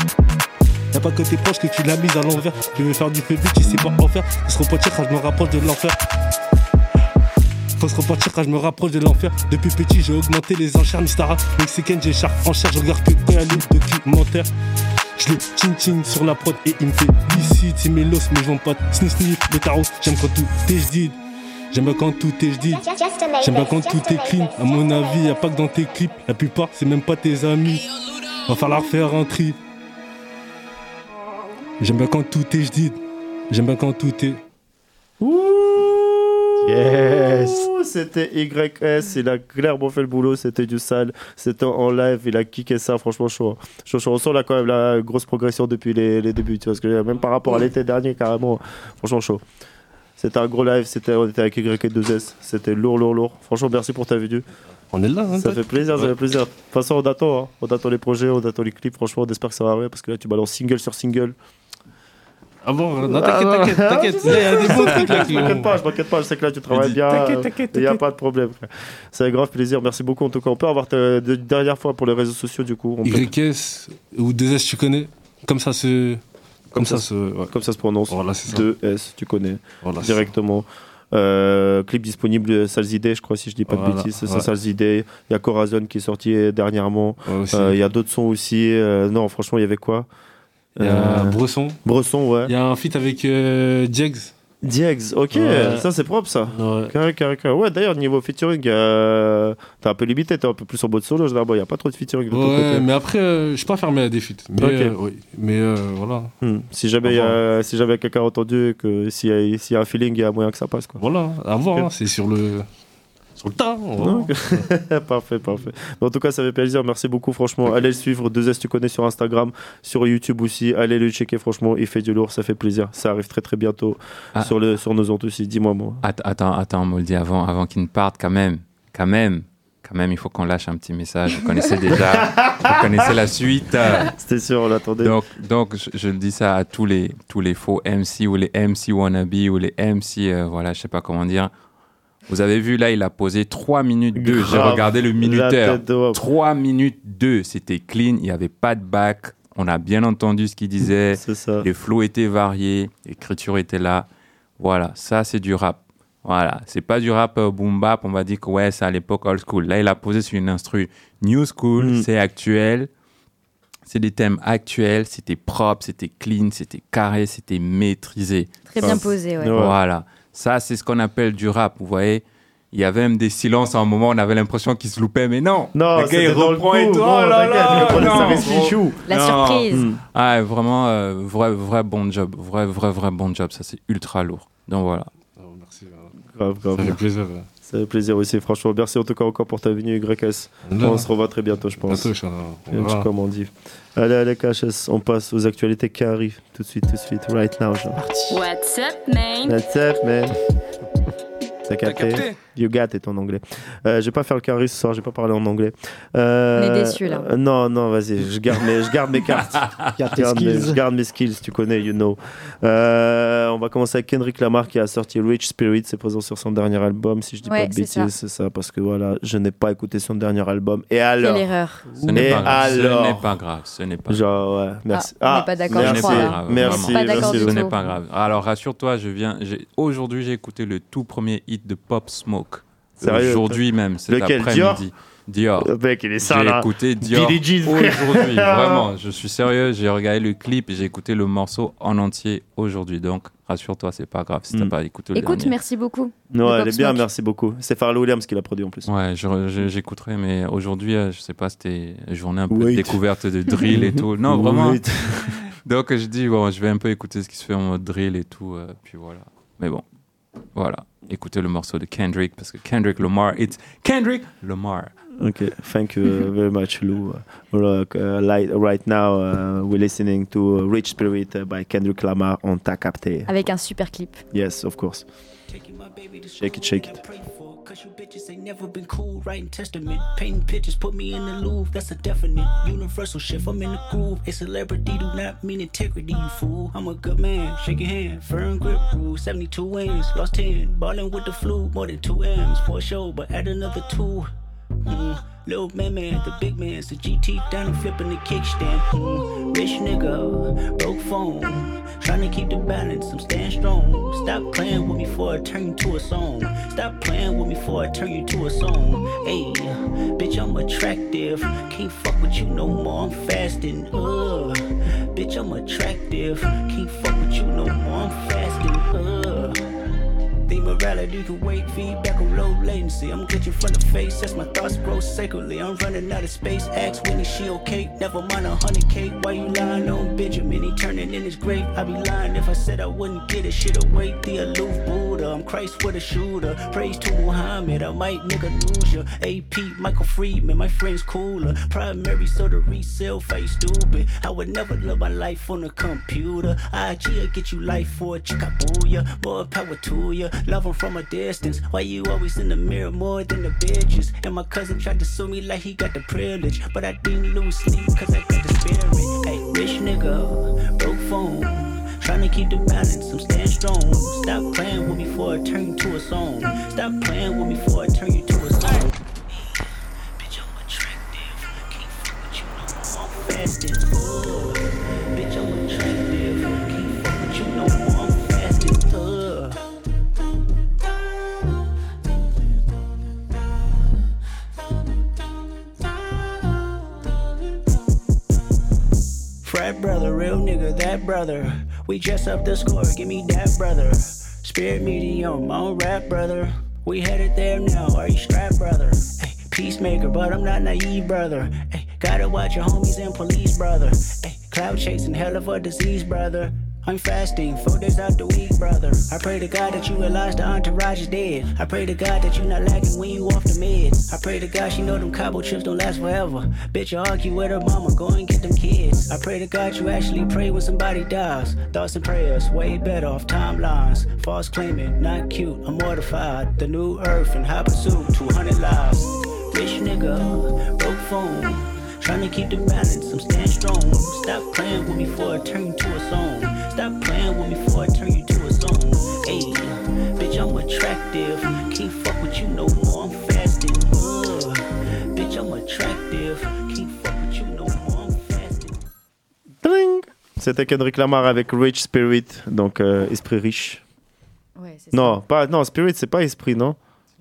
Y'a pas que tes poches que tu l'as mise à l'envers. Je vais faire du feu, tu sais pas en faire. Je se repentir quand je me rapproche de l'enfer. faut se repartir quand je me rapproche de l'enfer. Depuis petit, j'ai augmenté les enchères. Nistara, mexicaine, j'ai charge en chair. Je regarde que quand il y a les documentaires. Je l'ai ching-ching sur la prod et il me fait licite. C'est mes los, mais je vends pas de sniff-sniff. Le tarot, j'aime quand tout est j'did. J'aime bien quand tout est j'did. J'aime bien quand tout est clean. À mon avis, y'a pas que dans tes clips. La plupart, c'est même pas tes amis. Va falloir faire un tri. J'aime bien quand tout est j'did. J'aime bien quand tout est. Ouh, yes. C'était Y S, il a clairement fait le boulot, c'était du sale, c'était en live, il a kické ça, franchement chaud. Chaud, chaud. On sent là quand même la grosse progression depuis les, les débuts, tu vois, parce que même par rapport à l'été dernier, carrément, franchement chaud. C'était un gros live, c'était, on était avec Y deux S, c'était lourd, lourd, lourd. Franchement, merci pour ta vidéo. On est là, hein, ça fait plaisir, ouais. Ça fait plaisir. De toute façon, on attend, hein. On attend les projets, on attend les clips, franchement, on espère que ça va arriver, parce que là, tu balances single sur single. Ah bon, non, t'inquiète, t'inquiète, t'inquiète. Il y a des bons trucs là. Je m'inquiète pas, je m'inquiète pas, je sais que là tu travailles bien. T'inquiète, t'inquiète. Il n'y a pas de problème. C'est un grave plaisir, merci beaucoup en tout cas. On peut avoir ta de dernière fois pour les réseaux sociaux du coup. Y S ou deux S, tu connais. Comme ça se. Comme, comme ça, ça se. Ouais. Comme ça se prononce. Voilà, c'est ça. deux S, tu connais. Voilà, directement. Euh, clip disponible, Sales Idées, je crois, si je dis pas voilà, de bêtises. C'est ouais. ça, Sales Idées. Il y a Corazon qui est sorti dernièrement. Il ouais, euh, y a d'autres sons aussi. Euh, non, franchement, il y avait quoi? Il y a euh... Bresson. Bresson, ouais. Il y a un feat avec euh, Diegs. Diegs, ok, ouais. Ça c'est propre ça. Ouais, carré, carré, carré. Ouais, d'ailleurs, niveau featuring, euh, t'es un peu limité, t'es un peu plus en mode solo. Généralement, il n'y a pas trop de featuring de ouais, ton côté. Mais après, euh, je suis pas fermé à des feats. Mais, okay. euh, oui. mais euh, voilà. Hmm. Si jamais il y a, si jamais quelqu'un a entendu que s'il y a, s'il y a un feeling, il y a moyen que ça passe. Quoi. Voilà, à voir, okay. hein, c'est sur le. Sur le tas. Parfait, parfait. Mais en tout cas, ça fait plaisir. Merci beaucoup, franchement. Allez le suivre. deux S, tu connais sur Instagram, sur YouTube aussi. Allez le checker, franchement. Il fait du lourd, ça fait plaisir. Ça arrive très, très bientôt ah. sur, le, sur nos ondes aussi. Dis-moi, moi. Attends, attends, Moldy, avant, avant qu'il ne parte, quand même, quand même, quand même, il faut qu'on lâche un petit message. Vous connaissez déjà, vous connaissez la suite. C'était sûr, on l'attendait. Donc, donc je, je le dis ça à tous les, tous les faux M C ou les M C wannabe ou les M C, euh, voilà, je sais pas comment dire. Vous avez vu, là, il a posé trois minutes deux. J'ai regardé le minuteur. trois minutes deux. C'était clean. Il n'y avait pas de back. On a bien entendu ce qu'il disait. C'est ça. Les flows étaient variés. L'écriture était là. Voilà. Ça, c'est du rap. Voilà. C'est pas du rap euh, boom bap. On va dire que ouais, c'est à l'époque old school. Là, il a posé sur une instru new school. Mm. C'est actuel. C'est des thèmes actuels. C'était propre. C'était clean. C'était carré. C'était maîtrisé. Très bien posé, ouais. Voilà. Ça, c'est ce qu'on appelle du rap, vous voyez. Il y avait même des silences à un moment, on avait l'impression qu'il se loupait, mais non. Non, le gars, il reprend et tout. Oh là là, non, non, non. La non. surprise. Mmh. Ah, vraiment, euh, vrai, vrai bon job. Vrai, vrai, vrai bon job. Ça, c'est ultra lourd. Donc voilà. Oh, merci. Grave, grave. Ça fait plaisir. Ouais. Ça fait plaisir aussi, franchement. Merci en tout cas encore pour ta venue, Y S. On se revoit très bientôt, je pense. Bientôt, je comme on dit. Allez, allez, K H S, on passe aux actualités qui arrivent tout de suite, tout de suite, right now, genre. What's up, man? What's up, man? T'as capté? You got it en anglais. Euh, je vais pas faire le carré ce soir, je vais pas parler en anglais. Euh, on est déçus là. Euh, non, non, vas-y, je garde mes, je garde mes cartes. je, garde mes, je garde mes skills, tu connais, you know. Euh, on va commencer avec Kendrick Lamar qui a sorti Rich Spirit, c'est présent sur son dernier album, si je dis ouais, pas de bêtises, c'est ça. c'est ça, parce que voilà, je n'ai pas écouté son dernier album. Et alors? Quelle erreur. Ce n'est pas grave. Ce n'est pas grave. Ce n'est pas grave. Genre, ouais, merci. Ah, on n'est ah, pas d'accord, je crois. Grave, merci, pas d'accord merci. Ce n'est pas grave. Alors rassure-toi, je viens. J'ai, aujourd'hui, j'ai écouté le tout premier hit de Pop Smoke. Sérieux, aujourd'hui même, cet lequel, après-midi. Dior. Le mec, il est ça, j'ai là. écouté Dior aujourd'hui, vraiment. Je suis sérieux, j'ai regardé le clip et j'ai écouté le morceau en entier aujourd'hui. Donc, rassure-toi, c'est pas grave si t'as mm. pas écouté le Écoute, dernier. merci beaucoup. Non, elle est bien, merci beaucoup. C'est Pharrell Williams qui l'a produit en plus. Ouais, je, je, j'écouterai, mais aujourd'hui, je sais pas, c'était une journée un peu Wait. de découverte de drill et tout. Non, vraiment. Donc, je dis, bon, je vais un peu écouter ce qui se fait en mode drill et tout. Euh, puis voilà. Mais bon, voilà. Écoutez le morceau de Kendrick, parce que Kendrick Lamar, it's Kendrick Lamar. Okay, thank you very much, Lou. Uh, like, right now, uh, we're listening to Rich Spirit uh, by Kendrick Lamar on T'as capté. Avec un super clip. Yes, of course. Shake it, shake it. Cause you bitches ain't never been cool. Writing testament, painting pictures, put me in the Louvre. That's a definite universal shift. I'm in the groove. A celebrity do not mean integrity, you fool. I'm a good man, shake your hand. Firm grip rule, seventy-two wins, lost ten. Ballin' with the flu, more than two M's for a show, but add another two. Mm. Little man, man, the big man, it's the G T down and flipping the kickstand. Mm, rich nigga, broke phone, trying to keep the balance, I'm staying strong. Stop playing with me before I turn you to a song. Stop playing with me before I turn you to a song. Hey, bitch, I'm attractive, can't fuck with you no more, I'm fasting. Uh, bitch, I'm attractive, can't fuck with you no more, I'm fasting. Uh. The morality can wait, feedback on low latency. I'm glitching from the face as my thoughts grow sacredly. I'm running out of space, ask Winnie, she okay? Never mind a hundred K, why you lying on Benjamin? He turning in his grave, I'd be lying if I said I wouldn't get it. Shit away, the aloof Buddha, I'm Christ with a shooter. Praise to Muhammad, I might nigga lose ya. A P, Michael Friedman, my friend's cooler. Primary, so the resale face stupid. I would never live my life on a computer. I G, I get you life for a chickabooya. More power to ya. Love him from a distance. Why you always in the mirror more than the bitches? And my cousin tried to sue me like he got the privilege, but I didn't lose sleep cause I got the spirit. Hey, rich nigga, broke phone, trying to keep the balance, I'm staying strong. Stop playing with me before I turn you to a song. Stop playing with me before I turn you to a song. Bitch, I'm attractive, can't fuck with you no more, I'm fasting. Uh, bitch, I'm attractive, can't fuck with you no more, I'm fasting. Uh. Frat brother, real nigga, that brother. We dress up the score, give me that brother. Spirit medium, on rap brother. We headed there now, are you strapped brother? Ay, peacemaker, but I'm not naive brother. Ay, gotta watch your homies and police brother. Ay, cloud chasing, hell of a disease brother. I'm fasting, four days out the week, brother. I pray to God that you realize the entourage is dead. I pray to God that you not lagging when you off the meds. I pray to God she know them Cabo trips don't last forever. Bitch, you argue with her mama, go and get them kids. I pray to God you actually pray when somebody dies. Thoughts and prayers, way better off timelines. False claiming, not cute, I'm mortified. The new earth and high pursuit, two hundred lives. Rich nigga, broke phone, trying to keep the balance, I'm staying strong. Stop playing with me before I turn you to a song. Stop playing with me before I turn you to a song. Hey, bitch, I'm attractive, can't fuck with you no more, I'm fasting. Uh, bitch, I'm attractive, can't fuck with you no more, I'm fasting. Ding. C'était Kendrick Lamar avec Rich Spirit, donc euh, esprit riche. Ouais, c'est non, ça. pas, non, Spirit, c'est pas esprit, non?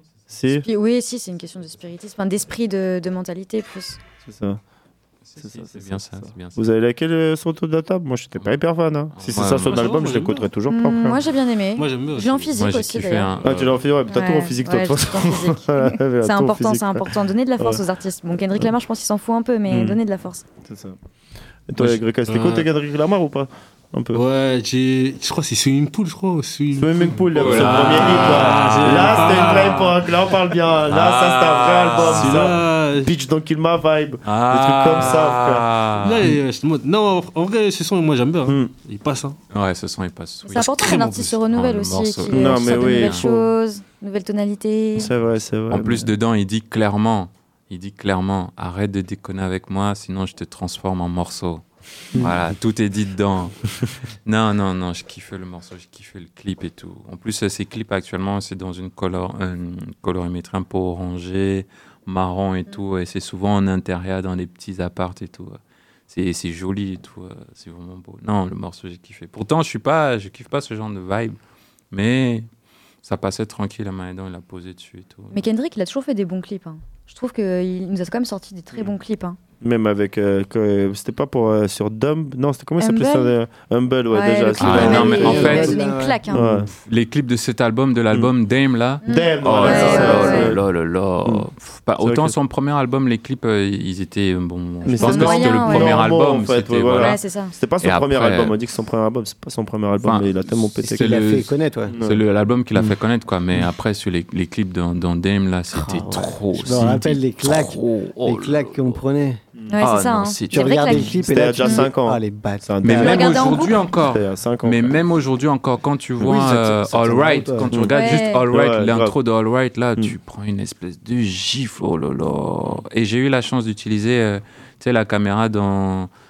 Si. Spi- oui, si, c'est une question de spiritisme, enfin, d'esprit, de, de mentalité plus. C'est ça. C'est, c'est, c'est, c'est bien ça, ça, c'est bien ça. Vous avez laquelle euh, sur autour de la table? Moi, je n'étais pas hyper fan. Hein. Si c'est ouais, ça sur moi, l'album, moi, je l'écouterai toujours mmh, pas. Moi, j'ai bien aimé. Moi, j'aime bien. Je l'ai en physique moi, aussi, d'ailleurs. Un, ah, tu l'as en physique, ouais, t'as ouais, tout en physique, ouais, toi, de toute façon. C'est important, c'est important. Donner de la force ouais. aux artistes. Bon, Kendrick Lamar, je pense qu'il s'en fout un peu, mais mmh. donner de la force. C'est ça. Et toi, Greg, c'était quoi, t'es Kendrick Lamar ou pas? Un peu. Ouais, j'ai... je crois que c'est Swimming Pool, je crois. Swimming, Swimming Pool, là, oh c'est le premier hit. Là, là c'était une vraie époque. Là, on parle bien. Là, ah, ça, c'est un vrai album. Ça. Bitch, Don't Kill My Vibe. Ah, des trucs comme ça, frère. Là, euh, non, en vrai, ce son, moi, j'aime bien. Mm. Il passe. Hein. Ouais, ce son, il passe. C'est oui. important qu'un artiste se renouvelle aussi. Qui non, mais oui. De nouvelles choses, nouvelles tonalités. C'est vrai, c'est vrai. En plus, mais... dedans, il dit clairement, il dit clairement, arrête de déconner avec moi, sinon je te transforme en morceau. Voilà, tout est dit dedans. Non, non, non, je kiffe le morceau, je kiffe le clip et tout. En plus, ces clips actuellement, c'est dans une, color, une colorimétrie un peu orangée, marron et tout. Et c'est souvent en intérieur, dans les petits apparts et tout. C'est, c'est joli et tout. C'est vraiment beau. Non, le morceau, j'ai kiffé. Pourtant, je suis pas, je kiffe pas ce genre de vibe. Mais ça passait tranquille à Maïdan, il a posé dessus et tout. Mais Kendrick, il a toujours fait des bons clips. Hein. Je trouve qu'il nous a quand même sorti des très bons clips. Hein. Même avec. Euh, que, c'était pas pour, euh, sur Dumb. Non, c'était comment ça s'appelait ça euh, Humble, ouais, ouais déjà. Ah, non, mais en fait, une claque, hein. ouais. les clips de cet album, de l'album mm. Dame, là. Mm. Dame, oh ouais, là là là là. Autant son premier album, les clips, euh, ils étaient. Bon, mais je pense que moyen, c'était le ouais. premier non, album. En fait, c'était, ouais, voilà. Ouais, c'est ça. C'était pas son Et premier après, album. On dit que son premier album, c'est pas son premier album, enfin, mais il a tellement pété. C'est qu'il l'a fait connaître, ouais. C'est le, l'album qu'il a fait connaître, quoi. Mais après, sur les, les clips dans, dans Dame, là, c'était oh, trop. Je me rappelle les claques. Les claques qu'on prenait. Ouais, c'est ça. Tu regardais le clip et là, déjà cinq ans. Ah, les bâtes. Mais même aujourd'hui encore. Mais même aujourd'hui encore, quand tu vois All Right, quand tu regardes juste All Right, l'intro de All Right, là, tu prends une espèce de gifle. Oh là là. Et j'ai eu la chance d'utiliser, tu sais, la caméra dans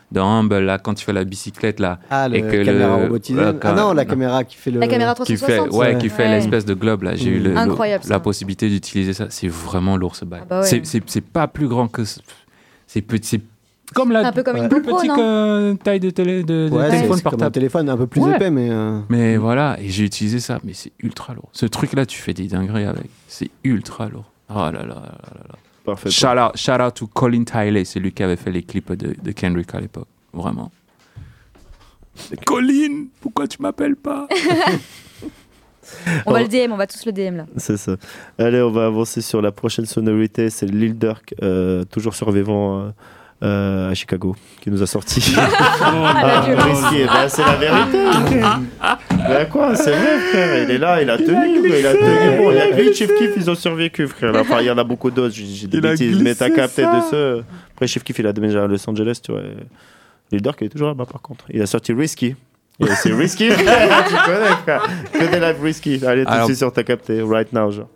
dans Humble, là, quand tu fais la bicyclette, là. Ah, et la que caméra le, robotisée. euh, Ah non, la caméra qui fait le... La caméra trois cent soixante. Qui fait, ouais, ouais. qui fait ouais. l'espèce de globe, là. J'ai mmh. eu le, Incroyable, le, la possibilité d'utiliser ça. C'est vraiment lourd, ce bail. Ah bah ouais. c'est, c'est, c'est pas plus grand que... C'est petit... C'est comme la un peu comme ouais. une GoPro, petite non euh, taille de, télé, de, de ouais, téléphone c'est portable. Comme un téléphone un peu plus ouais. épais, mais. Euh... Mais voilà, et j'ai utilisé ça, mais c'est ultra lourd. Ce truc-là, tu fais des dingueries avec. C'est ultra lourd. Oh là là là là là. Parfait. Shout out, shout out to Colin Tiley, c'est lui qui avait fait les clips de, de Kendrick à l'époque. Vraiment. Colin, pourquoi tu m'appelles pas? On va le D M, on va tous le D M là. C'est ça. Allez, on va avancer sur la prochaine sonorité. C'est Lil Durk, euh, toujours survivant euh, euh, à Chicago, qui nous a sorti. oh, ah, risqué. Bah, c'est la vérité. Bah quoi, c'est vrai, frère. Il est là, il a tenu. Il a tenu. Bon, il y a que lui, Chief Keef, ils ont survécu, frère. Enfin, il y en a beaucoup d'autres. J'ai des bêtises, mais t'as capté de ça. Après, Chief Keef, il a déménagé à Los Angeles, tu vois. Lil Durk, il est toujours là-bas, par contre. Il a sorti Risky. Yeah, c'est Risky, frère. Tu connais, frère. Que des lives Risky. Allez, tout de suite sur T'as capté, right now, genre.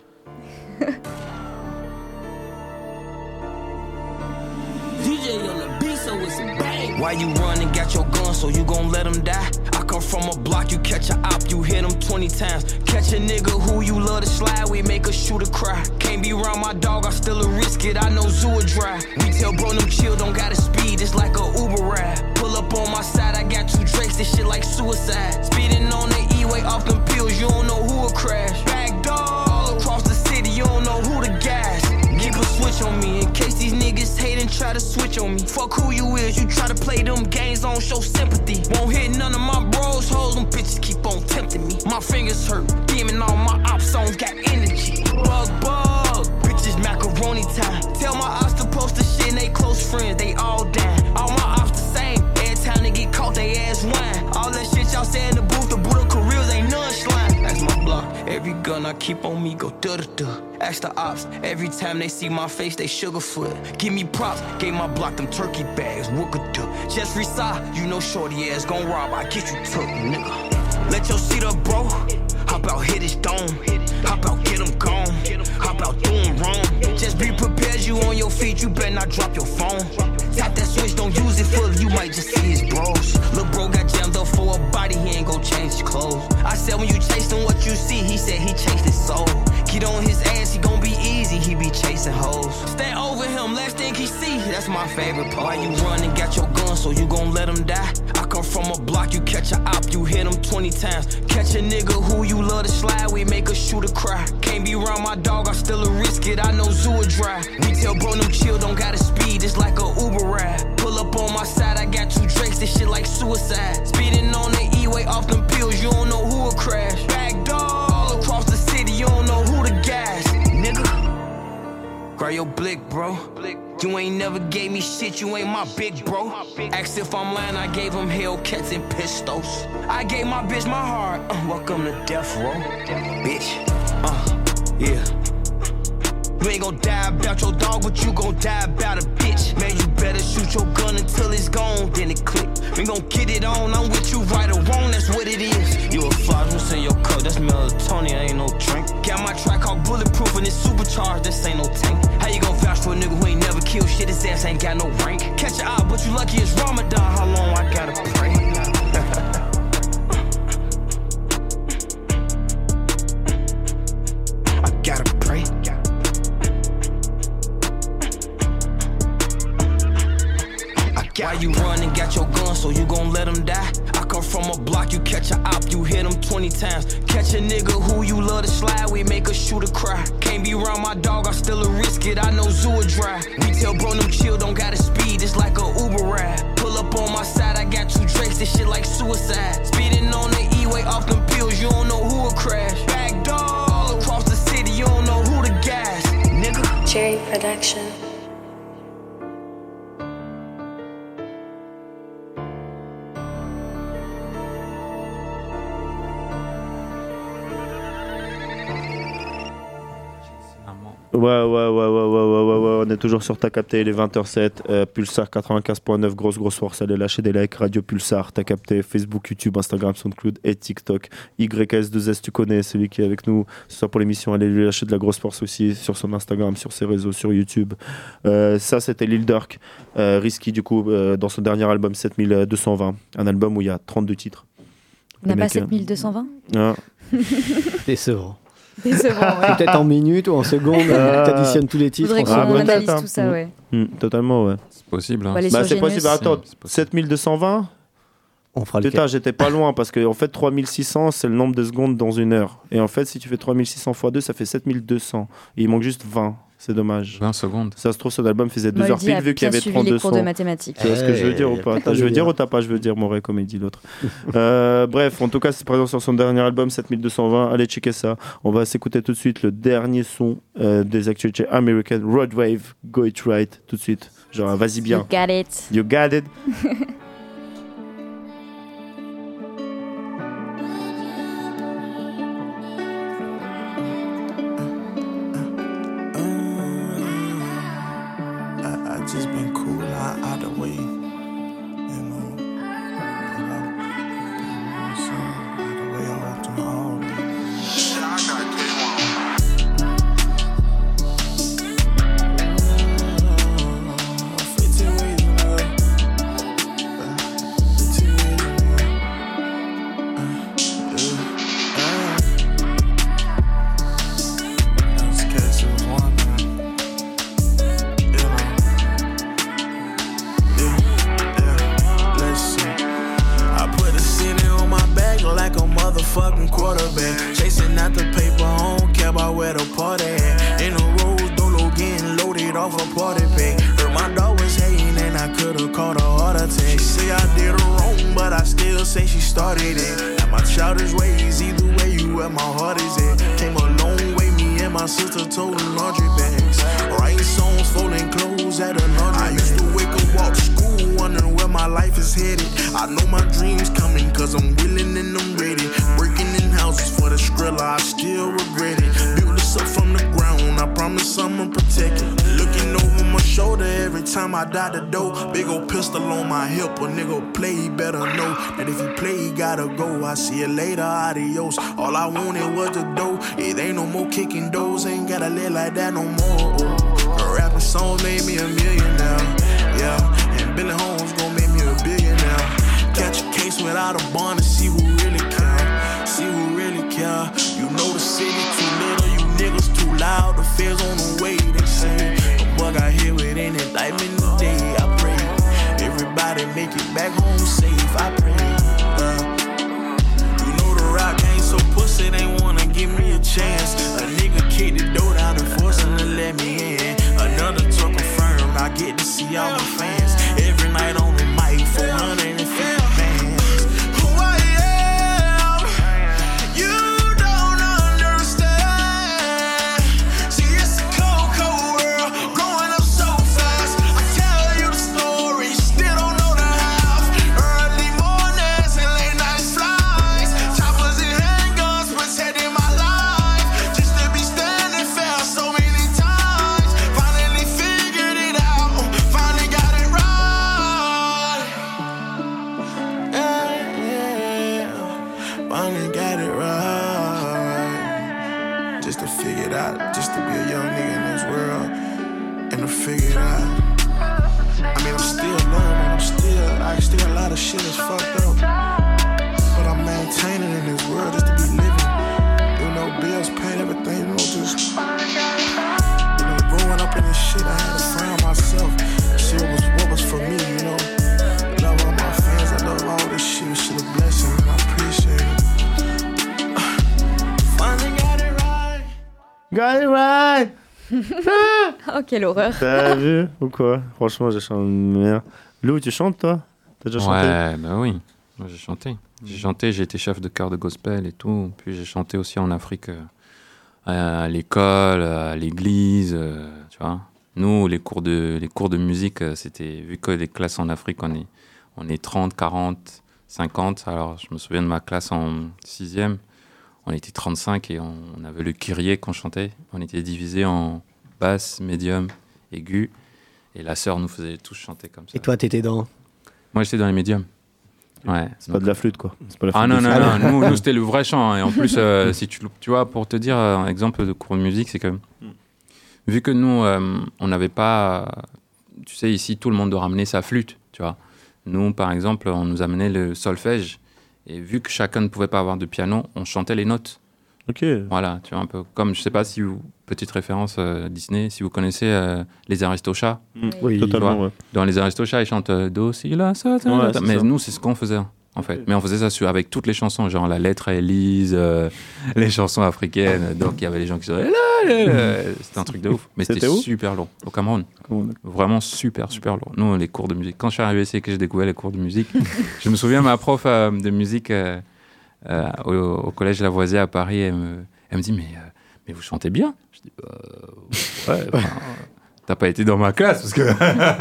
Why you run and got your gun, so you gon' let him die? I come from a block, you catch a op, you hit him twenty times. Catch a nigga who you love to slide with, make a shooter cry. Can't be around my dog, I still a risk it, I know Zoo will drive. We tell bro them chill, don't gotta speed, it's like a Uber ride. Pull up on my side, I got two Drakes, this shit like suicide. Speeding on the E-way off them pills, you don't know who will crash. Back dog, all across the city, you don't know who to gas. Nigga switch on me, in case these niggas hate and try to switch on me. Fuck who you is, you try to play them games, don't show sympathy. Won't hit none of my bros, hoes, them bitches keep on tempting me. My fingers hurt, demon all my op songs got energy. Bug, bug, bitches macaroni time. Tell my ops to post the shit and they close friends, they all down. All my ops the same, every time they get caught, they ass whine. All that shit y'all say in the booth, the Buddha careers ain't none slime. That's my block, every gun I keep on me go da-da-da. Ask the ops, every time they see my face, they sugarfoot. Give me props, gave my block them turkey bags, wookadoo. Just reside, you know shorty ass gon' rob, I get you took, nigga. Let your seat up, bro. Hop out, hit his dome. Hop out, get him gone. Hop out, do him wrong. Just be prepared, you on your feet, you better not drop your phone. Tap that switch, don't use it fully, you might just see his bros. Lil' bro got jammed up for a body, he ain't gon' change his clothes. I said when you chasing what you see, he said he chased his soul. Get on his ass, he gon' be easy, he be chasing hoes. Stand over him, last thing he see, that's my favorite part. Why you run and got your gun, so you gon' let him die? I come from a block, you catch a op, you hit him twenty times. Catch a nigga who you love to slide with, make a shooter cry. Can't be around my dog, I still a risk it, I know Zoo will drive. We tell bro them chill, don't gotta speed, it's like a Uber ride. Pull up on my side, I got two Drakes, this shit like suicide. Speeding on the E-way off them pills, you don't know who will crash. Back dog, all across the city, you don't know who to gas, nigga. Grab your blick, bro. You ain't never gave me shit, you ain't my big bro. Ask if I'm lying, I gave him Hellcats and pistols. I gave my bitch my heart, uh, welcome to death row, bitch. Uh, yeah. You ain't gon' die about your dog, but you gon' die about a bitch. Man, you better shoot your gun until it's gone, then it click. We gon' get it on, I'm with you right or wrong, that's what it is. You a fly, what's in your cup, that's melatonin, ain't no drink. Got my track called bulletproof and it's supercharged, this ain't no tank. How you gon' vouch for a nigga who ain't never killed shit, his ass ain't got no rank. Catch your eye, but you lucky it's Ramadan, how long I gotta pray? I gotta pray. Why you run and got your gun, so you gon' let him die? I come from a block, you catch a op, you hit him twenty times. Catch a nigga who you love to slide with, make a shooter cry. Can't be around my dog, I still a risk it, I know Zoo will drive. We tell bro them chill, don't gotta speed, it's like a Uber ride. Pull up on my side, I got two Drakes, this shit like suicide. Speeding on the E-way off them pills, you don't know who will crash. Back dog, all across the city, you don't know who to gas, nigga. Cherry Production. Ouais, ouais, ouais, ouais, ouais, ouais, ouais, ouais, on est toujours sur T'as capté, il est vingt heures zéro sept, euh, Pulsar quatre-vingt-quinze point neuf, grosse, grosse force, allez lâcher des likes, Radio Pulsar, T'as capté, Facebook, YouTube, Instagram, SoundCloud et TikTok. Y S deux S, tu connais, celui qui est avec nous, ce soir pour l'émission, allez lui lâcher de la grosse force aussi sur son Instagram, sur ses réseaux, sur YouTube. Euh, ça, c'était Lil Durk, euh, Risky, du coup, euh, dans son dernier album sept mille deux cent vingt, un album où il y a trente-deux titres. On n'a pas sept mille deux cent vingt Ah. Décevant. Décevant, ouais. Peut-être en minutes ou en secondes, euh... t'additionnes tous les titres. Faudrait qu'on ah, analyse tout ça, ouais. Mmh, totalement, ouais. C'est possible. Hein. Bah, bah, c'est possible. Attends, sept mille deux cent vingt On fera le Putain, j'étais pas loin parce qu'en en fait, trois mille six cents, c'est le nombre de secondes dans une heure. Et en fait, si tu fais trois mille six cents fois deux, ça fait sept mille deux cents. Et il manque juste vingt. C'est dommage. vingt secondes. Ça se trouve, son album faisait deux heures pile vu qu'il y avait trente-deux sons. Les cours de mathématiques. Tu vois ce que je veux dire ou pas t'as, Je veux dire ou t'as pas Je veux dire, mon ré, comme il dit l'autre. euh, bref, en tout cas, c'est présent sur son dernier album, sept mille deux cent vingt. Allez checker ça. On va s'écouter tout de suite le dernier son euh, des actualités American, Road Wave, Go It Right, tout de suite. Genre, vas-y bien. You got it. You got it. Just been cool out, out the way, you know. So, out the way, I walked in all day. Shit, I gotta tell you one. fifteen ways in love. fifteen ways in love. This case was one. Like a motherfucking quarterback, chasing out the paper, I don't care about where the party at. In the road, Dolo getting loaded off a party pack. Heard my dog was hating and I could've caught a heart attack. She say I did her wrong, but I still say she started it. At my childish ways, either way you where my heart is at. Came a long way, me and my sister toting laundry bags. Writing songs, folding clothes at a laundry. I used to wake up, walk to school, wondering where my life is headed. I know my dreams coming, cause I'm willing and I'm ready. Breaking in houses for the Skrilla, I still regret it. Build this up from the ground, I promise I'ma protect it. Looking over my shoulder every time I die the door. Big old pistol on my hip, a nigga play, he better know that if he play, he gotta go. I see you later, adios. All I wanted was the dough. It ain't no more kicking doors, ain't gotta live like that no more. Oh, rapping songs made me a million now, yeah. And Billy Holmes gon' make me a billionaire. Catch a case without a bond and see who really care. See who really care. You know the city too little, you niggas too loud. The feds on the way, they say. A bug out here with any indictment today. I pray everybody make it back home safe. I pray. Uh, you know the rock ain't so pussy, they wanna give me a chance. A nigga kicked the door down and forced him to let me in. Another tour confirmed, I get to see all my fans. Every night on the mic, four hundred fifty bands. Who I am, you don't understand. See, it's a cold, cold world, growing up so fast. I tell you the story, still don't know the half. Early mornings and late night flights, choppers and handguns protecting my life. Just to be standing fair so many times. Finally figured it out, finally got it right. Yeah, yeah. Finally got it right. Just to figure it out, just to be a young nigga in this world and to figure it out. I mean, I'm still learning, I'm still, I still a lot of shit is fucked up, but I'm maintaining in this world just to be living. You know, bills paid, everything, you know, just, you know, growing up in this shit, I had to find myself. Shit was what was for me, you know. I love all my fans, I love all this shit, this shit a blessing, and I appreciate it. Finally got it right. Got it right. Oh, quelle horreur. T'as vu ou quoi? Franchement, j'ai chanté merde. Lou, tu chantes toi? T'as déjà chanté? Ouais, bah oui. Moi, j'ai chanté. J'ai chanté, j'ai été chef de chœur de gospel et tout. Puis j'ai chanté aussi en Afrique, euh, à l'école, à l'église, euh, tu vois. Nous, les cours de, les cours de musique, euh, c'était, vu que les classes en Afrique, on est, on est trente, quarante, cinquante. Alors, je me souviens de ma classe en sixième. On était trente-cinq et on, on avait le kyrie qu'on chantait. On était divisé en, basse, médium, aigu. Et la sœur nous faisait tous chanter comme ça. Et toi, t'étais dans? Moi, j'étais dans les médiums. Ouais. C'est pas de la flûte, quoi. C'est pas la ah flûte non, non, ah, non, nous, nous c'était le vrai chant. Hein. Et en plus, euh, si tu, tu vois, pour te dire un exemple de cours de musique, c'est que mm. vu que nous, euh, on n'avait pas, tu sais, ici, tout le monde doit ramener sa flûte, tu vois. Nous, par exemple, on nous amenait le solfège. Et vu que chacun ne pouvait pas avoir de piano, on chantait les notes. Ok. Voilà, tu vois, un peu comme, je sais pas si vous, petite référence euh, Disney, si vous connaissez euh, les Aristochats. Mm. Oui, totalement, ouais. Dans les Aristochats, ils chantent euh, Do, Si, La, Sa, Ta, ouais, Ta. Mais ça. nous, c'est ce qu'on faisait, en fait. Okay. Mais on faisait ça sur, avec toutes les chansons, genre la lettre à Élise, euh, les chansons africaines. Donc, il y avait les gens qui disaient, c'était un truc de ouf. Mais c'était, c'était super lourd, au Cameroun. Vraiment super, super lourd. Nous, les cours de musique. Quand je suis arrivé ici et que j'ai découvert les cours de musique, je me souviens, ma prof euh, de musique euh, euh, au, au collège Lavoisier à Paris, elle me, elle me dit, mais, euh, mais vous chantez bien. Je dis, euh, ouais, enfin, t'as pas été dans ma classe parce que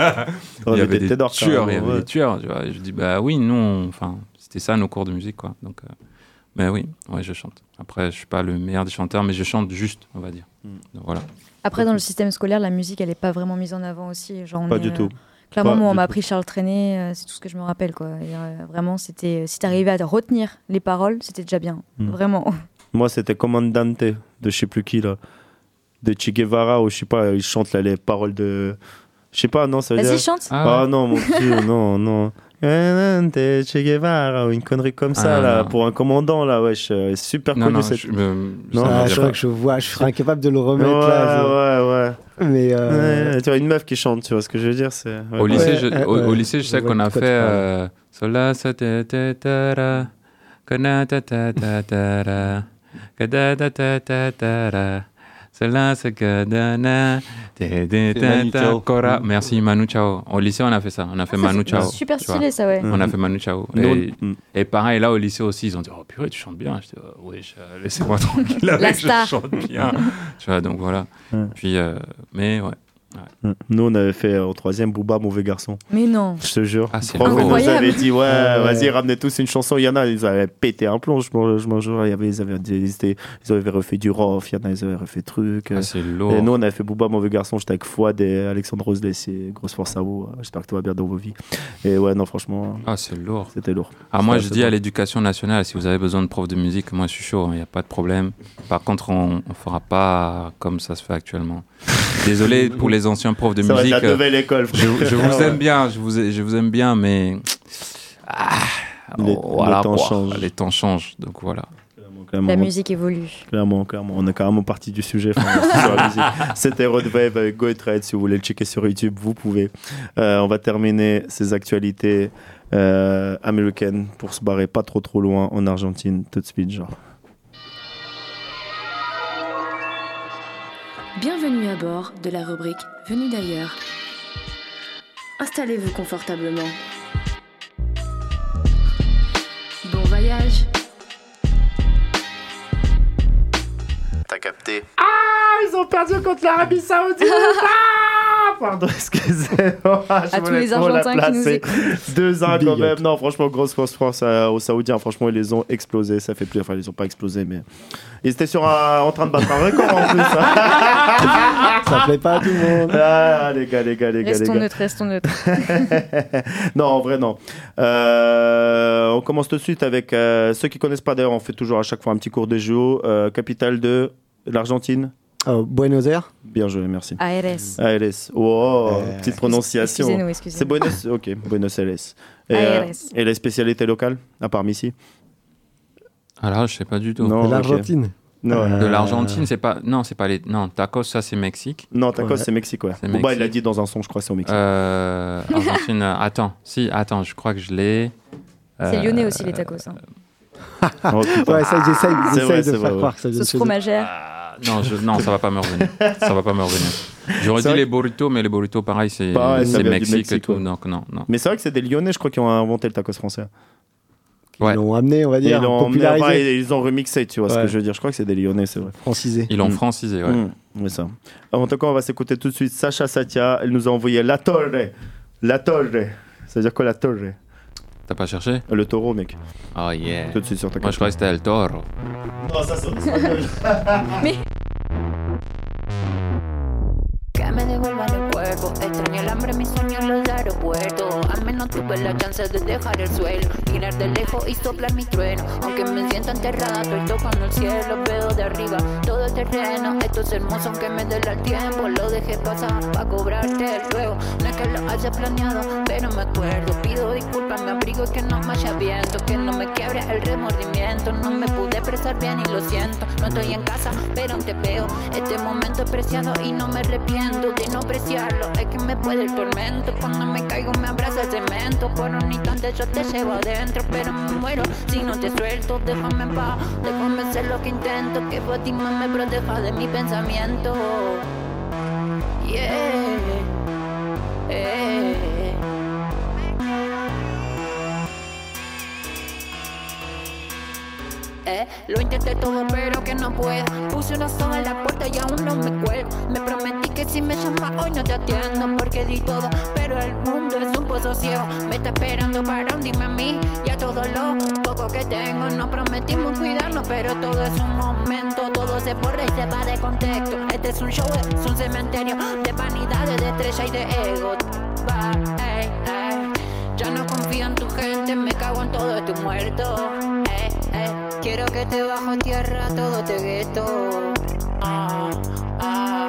il y avait des tueurs, il y avait des tueurs. Tu vois. Et je dis, bah oui, nous, enfin, c'était ça nos cours de musique, quoi. Donc, euh, mais oui, ouais, je chante. Après, je suis pas le meilleur des chanteurs, mais je chante juste, on va dire. Donc, voilà. Après, dans le système scolaire, la musique, elle est pas vraiment mise en avant aussi. Genre, on pas est, du tout. Euh, clairement, pas moi, on m'a tout. appris Charles Trenet, euh, c'est tout ce que je me rappelle, quoi. Et, euh, vraiment, c'était, si t'arrivais à retenir les paroles, c'était déjà bien. Mm. Vraiment. Moi, c'était Commandante de je sais plus qui, là. De Che Guevara, ou je sais pas, il chante là, les paroles de. Je sais pas, non, ça veut Vas-y, dire. chante. Ah, ah non, mon Dieu, non, non. Che Guevara, ou une connerie comme ça, ah, là, non. Pour un commandant, là, wesh. Ouais, super non, connu non, cette. Je, me, non, ah, je crois que je vois, je serais incapable de le remettre ouais, là. Ouais, ouais. Mais. Euh... Ouais, tu vois, une meuf qui chante, tu vois ce que je veux dire, c'est. Ouais, au, ouais. lycée, je, Ouais, au, ouais, au lycée, je sais qu'on a fait. Euh, Sola, sa, ta, ta, ta, ra. Kana, ta, ta, ta, ta, ra. Kada, ta, ta, ta, ta, ra. Cela, c'est que Dana. Merci, Manu Chao. Au lycée, on a fait ça. On a fait ah, Manu Chao. C'est super stylé, ça, ouais. On a fait Manu Chao. Et, mm. et pareil, là, au lycée aussi, ils ont dit, oh purée, tu chantes bien. Je dis, oh, oui, je... laissez-moi tranquille avec, je chante bien. Tu vois, donc voilà. Mm. Puis, euh, mais ouais. Ouais. Nous, on avait fait au troisième Booba, Mauvais Garçon. Mais non. Je te jure. Ah, c'est Prof, incroyable. Ils nous avaient dit, ouais, ouais, vas-y, ramenez tous une chanson. Il y en a, ils avaient pété un plomb. Je m'en jure. Il y avait, ils, avaient, ils, étaient, ils avaient refait du rof. Il y en a, ils avaient refait truc. Ah, c'est lourd. Et nous, on avait fait Booba, Mauvais Garçon. J'étais avec Fouad et Alexandre Roselet. C'est grosse force à vous. J'espère que tout va bien dans vos vies. Et ouais, non, franchement. Ah, c'est lourd. C'était lourd. Ah, moi, ça, je dis bon. à l'éducation nationale, si vous avez besoin de profs de musique, moi, je suis chaud. Il hein, n'y a pas de problème. Par contre, on ne fera pas comme ça se fait actuellement. Désolé pour les anciens profs de ça musique. Va, la nouvelle école, je, je vous aime bien, je vous, je vous aime bien, mais ah, les, oh, voilà, les temps bon, changent. Les temps changent, donc voilà. Clairement, clairement, la musique évolue. Clairement, clairement. On est carrément parti du sujet. Sur la musique. C'était Road Wave avec Go et Trade. Si vous voulez le checker sur YouTube, vous pouvez. Euh, on va terminer ces actualités euh, américaines pour se barrer pas trop trop loin en Argentine, tout de suite, genre. Bienvenue à bord de la rubrique Venu d'ailleurs. Installez-vous confortablement. Bon voyage. T'as capté? Ah, ils ont perdu contre l'Arabie Saoudite. Ah, pardon, excusez-moi. À tous les Argentins qui nous écoutent. deux un quand même. Non, franchement, grosse grosse force euh, aux Saoudiens. Franchement, ils les ont explosés. Ça fait plaisir. Enfin, ils ont pas explosé, mais ils étaient sur un... en train de battre un record en plus. Ça plaît pas à tout le monde. Ah, les gars, les gars, les gars. Restons les gars. neutres, restons neutres. Non, en vrai, non. Euh, on commence tout de suite avec euh, ceux qui connaissent pas. D'ailleurs, on fait toujours à chaque fois un petit cours de géo. Euh, capitale de l'Argentine. Oh, Buenos Aires. Bien joué, merci. Aires. Aires. Oh, euh, petite prononciation. Excusez-nous, excusez-nous. C'est Buenos. Ok, Buenos Aires. Et, Aires. Euh, et les spécialités locales, à part Missy. Alors, je sais pas du tout. Non, de l'Argentine. Okay. Non, de euh... l'Argentine, c'est pas. Non, c'est pas les. Non, tacos, ça c'est Mexique. Non, tacos, ouais. c'est Mexique, ouais. C'est Bouba, Mexique. il l'a dit dans un son, je crois, c'est au Mexique. Euh, Argentine. euh, attends, si, attends, je crois que je l'ai. C'est euh, lyonnais aussi les tacos. Hein. Oh, ouais, ça j'essaye, j'essaye vrai, de c'est faire vrai, croire ouais. que ça vient de Sauce chez eux. fromagère. Non, je, non, ça va pas me revenir. Ça va pas me revenir. J'aurais C'est dit vrai les burritos, mais les burritos, pareil, c'est, Bah ouais, ça c'est vient du Mexique, Mexique, et tout. ouais. Donc, non, non. Mais c'est vrai que c'est des Lyonnais, je crois, qui ont inventé le tacos français. Ils Ouais. l'ont amené, on va Et dire, ils l'ont emmené- popularisé. enfin, ils ils ont remixé, tu vois ce Ouais. que je veux dire. Je crois que c'est des Lyonnais, c'est vrai. Francisé. Ils l'ont Mm. francisé, ouais. Mmh, c'est ça. En tout cas, on va s'écouter tout de suite Sacha Satia. Elle nous a envoyé La Torre. La Torre. Ça veut dire quoi, La Torre? T'as pas cherché? Le taureau, mec. Oh yeah. Tout de suite sur ta Moi, je croyais que c'était El Toro. Non, ça c'est en espagnol. Mais devuelva el cuerpo. Extraño el hambre, mis sueños, los aeropuertos. Al menos tuve la chance de dejar el suelo, mirar de lejos y soplar mi trueno. Aunque me sienta enterrada, estoy tocando el cielo, veo de arriba todo el terreno. Esto es hermoso aunque me dé el tiempo. Lo dejé pasar pa' cobrarte luego. No es que lo haya planeado, pero me acuerdo. Pido disculpas, me abrigo y que no me haya viento, que no me quiebre el remordimiento. No me pude expresar bien y lo siento. No estoy en casa, pero te veo. Este momento es preciado y no me arrepiento de no apreciarlo. Es que me puede el tormento. Cuando me caigo me abraza el cemento. Por un instante yo te llevo adentro, pero me muero si no te suelto. Déjame en paz, déjame hacer lo que intento. Que Fátima me proteja de mi pensamiento. Yeah, yeah. Eh, lo intenté todo pero que no puedo. Puse una soga en la puerta y aún no me cuelgo. Me prometí que si me llamas hoy no te atiendo, porque di todo, pero el mundo es un pozo ciego. Me está esperando para hundirme a mí y a todo lo poco que tengo. Nos prometimos cuidarnos, pero todo es un momento. Todo se borra y se va de contexto. Este es un show, es un cementerio de vanidades, de estrella y de ego. Va, ey, ey. Ya no confío en tu gente, me cago en todo, estoy muerto. Ey, ey. Quiero que te bajo tierra, todo te gueto. Ah, ah.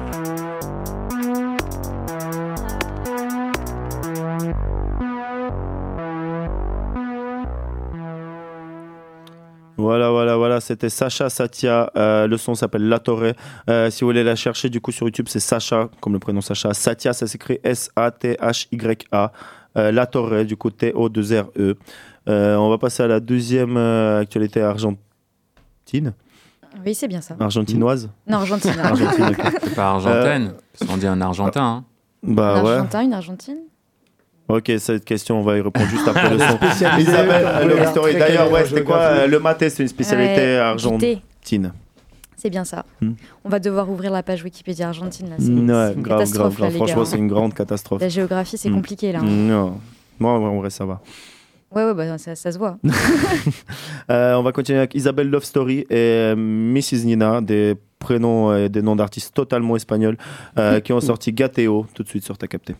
Voilà, voilà, voilà, c'était Sacha Satia. Euh, le son s'appelle La Torre. Euh, si vous voulez la chercher, du coup, sur YouTube, c'est Sacha, comme le prénom Sacha. Satia, ça s'écrit S A T H Y A. Euh, La Torre, du coup, T O deux R E. Euh, on va passer à la deuxième euh, actualité argentine. Oui, c'est bien ça. Argentinoise. Non, argentine. Argentine, okay. C'est pas argentine, euh... parce qu'on dit un argentin. Hein. Bah un ouais. argentin, une argentine. Ok, cette question, on va y répondre juste après le son. Isabelle, Love Story. D'ailleurs, ouais, c'était quoi le maté, c'est une spécialité ouais, argentine. C'est bien ça. Hmm. On va devoir ouvrir la page Wikipédia argentine là. C'est, ouais, c'est une grave, catastrophe grave, là, grave. Franchement, gars. c'est une grande catastrophe. La géographie, c'est hmm. compliqué là. Non, moi, en vrai, ça va. Ouais, ouais, bah, ça, ça se voit. euh, on va continuer avec Isabelle Love Story et euh, missus Nina, des prénoms et des noms d'artistes totalement espagnols, euh, qui ont sorti Gateo tout de suite sur Ta Capté.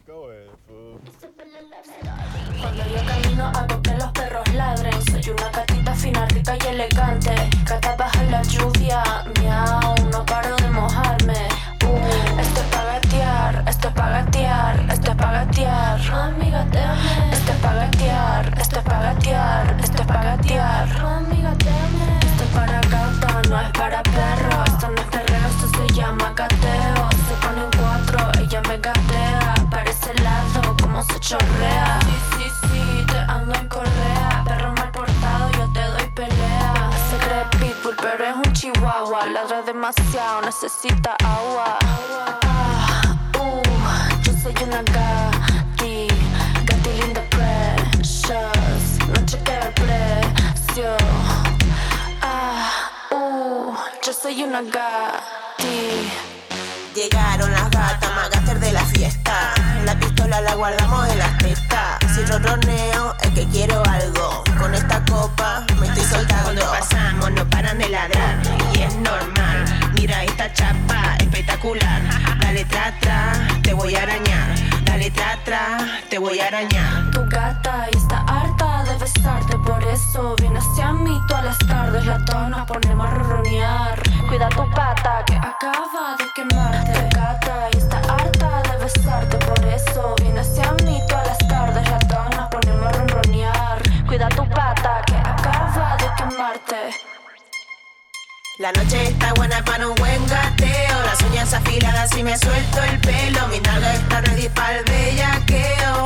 Cuando yo camino hago que los perros ladren. Soy una gatita fina, rica y elegante. Gata bajo la lluvia, miau, no paro de mojarme. Uh, esto es pa' gatear, esto es pa' gatear, esto es pa' gatear. Mami, gateame. Esto es pa' gatear, esto es pa' gatear, esto es pa' gatear. Mami, gateame. Esto es para gata, no es para perro. Esto no es perreo, esto se llama gateo. Se ponen cuatro, ella me gatea. Para ese lado, como se chorrea. Te ando en correa, perro mal portado, yo te doy pelea. Se cree pitbull, pero es un chihuahua. Ladra demasiado, necesita agua. Ah, uh, yo soy una gati, gati linda precious. No chequeo el precio. Ah, uh, yo soy una gati. Llegaron las gatas, magaster de la fiesta. La pistola la guardamos en las tetas. Si ronroneo es que quiero algo. Con esta copa me estoy soltando. Cuando pasamos no paran de ladrar y es normal. Mira esta chapa espectacular. Dale tra tra, te voy a arañar. Dale tra tra, te voy a arañar. Tu gata y está harta de besarte, por eso viene hacia mí todas las tardes. Las dos nos ponemos a ronronear. Cuida tu pata que acaba de quemarte. Tu gata y está harta de besarte, por eso viene hacia mí todas las tardes. Las dos nos ponemos a ronronear. Cuida tu pata que acaba de quemarte. La noche está buena para un buen gateo. Las uñas afiladas y me suelto el pelo. Mi nalga está ready para el bellaqueo.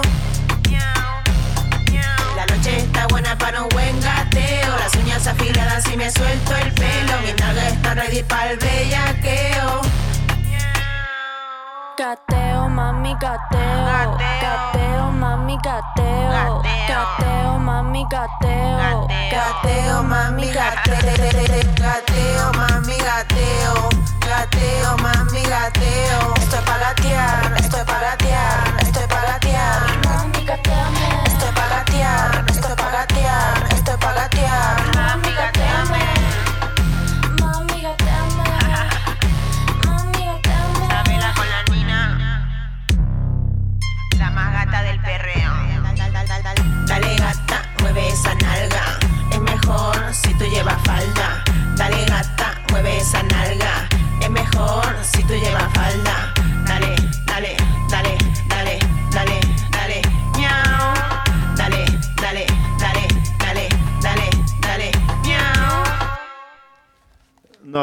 La noche está buena para un buen gateo. Las uñas afiladas y me suelto el pelo. Mi nalga está ready para el bellaqueo. Gateo, mami, gateo. Gateo, mami, gateo. Gateo, mami, gateo. Gateo, mami, gateo. Gateo, mami, gateo. Gateo, mami, gateo. Esto es pa' gatear, esto es pa' gatear, esto es pa' gatear. Mami, gateame. Esto es pa' gatear, esto es pa' gatear, esto es pa' gatear. Mami, gateame. Mami, gateame. Mami, gateame. Dámela con la nina.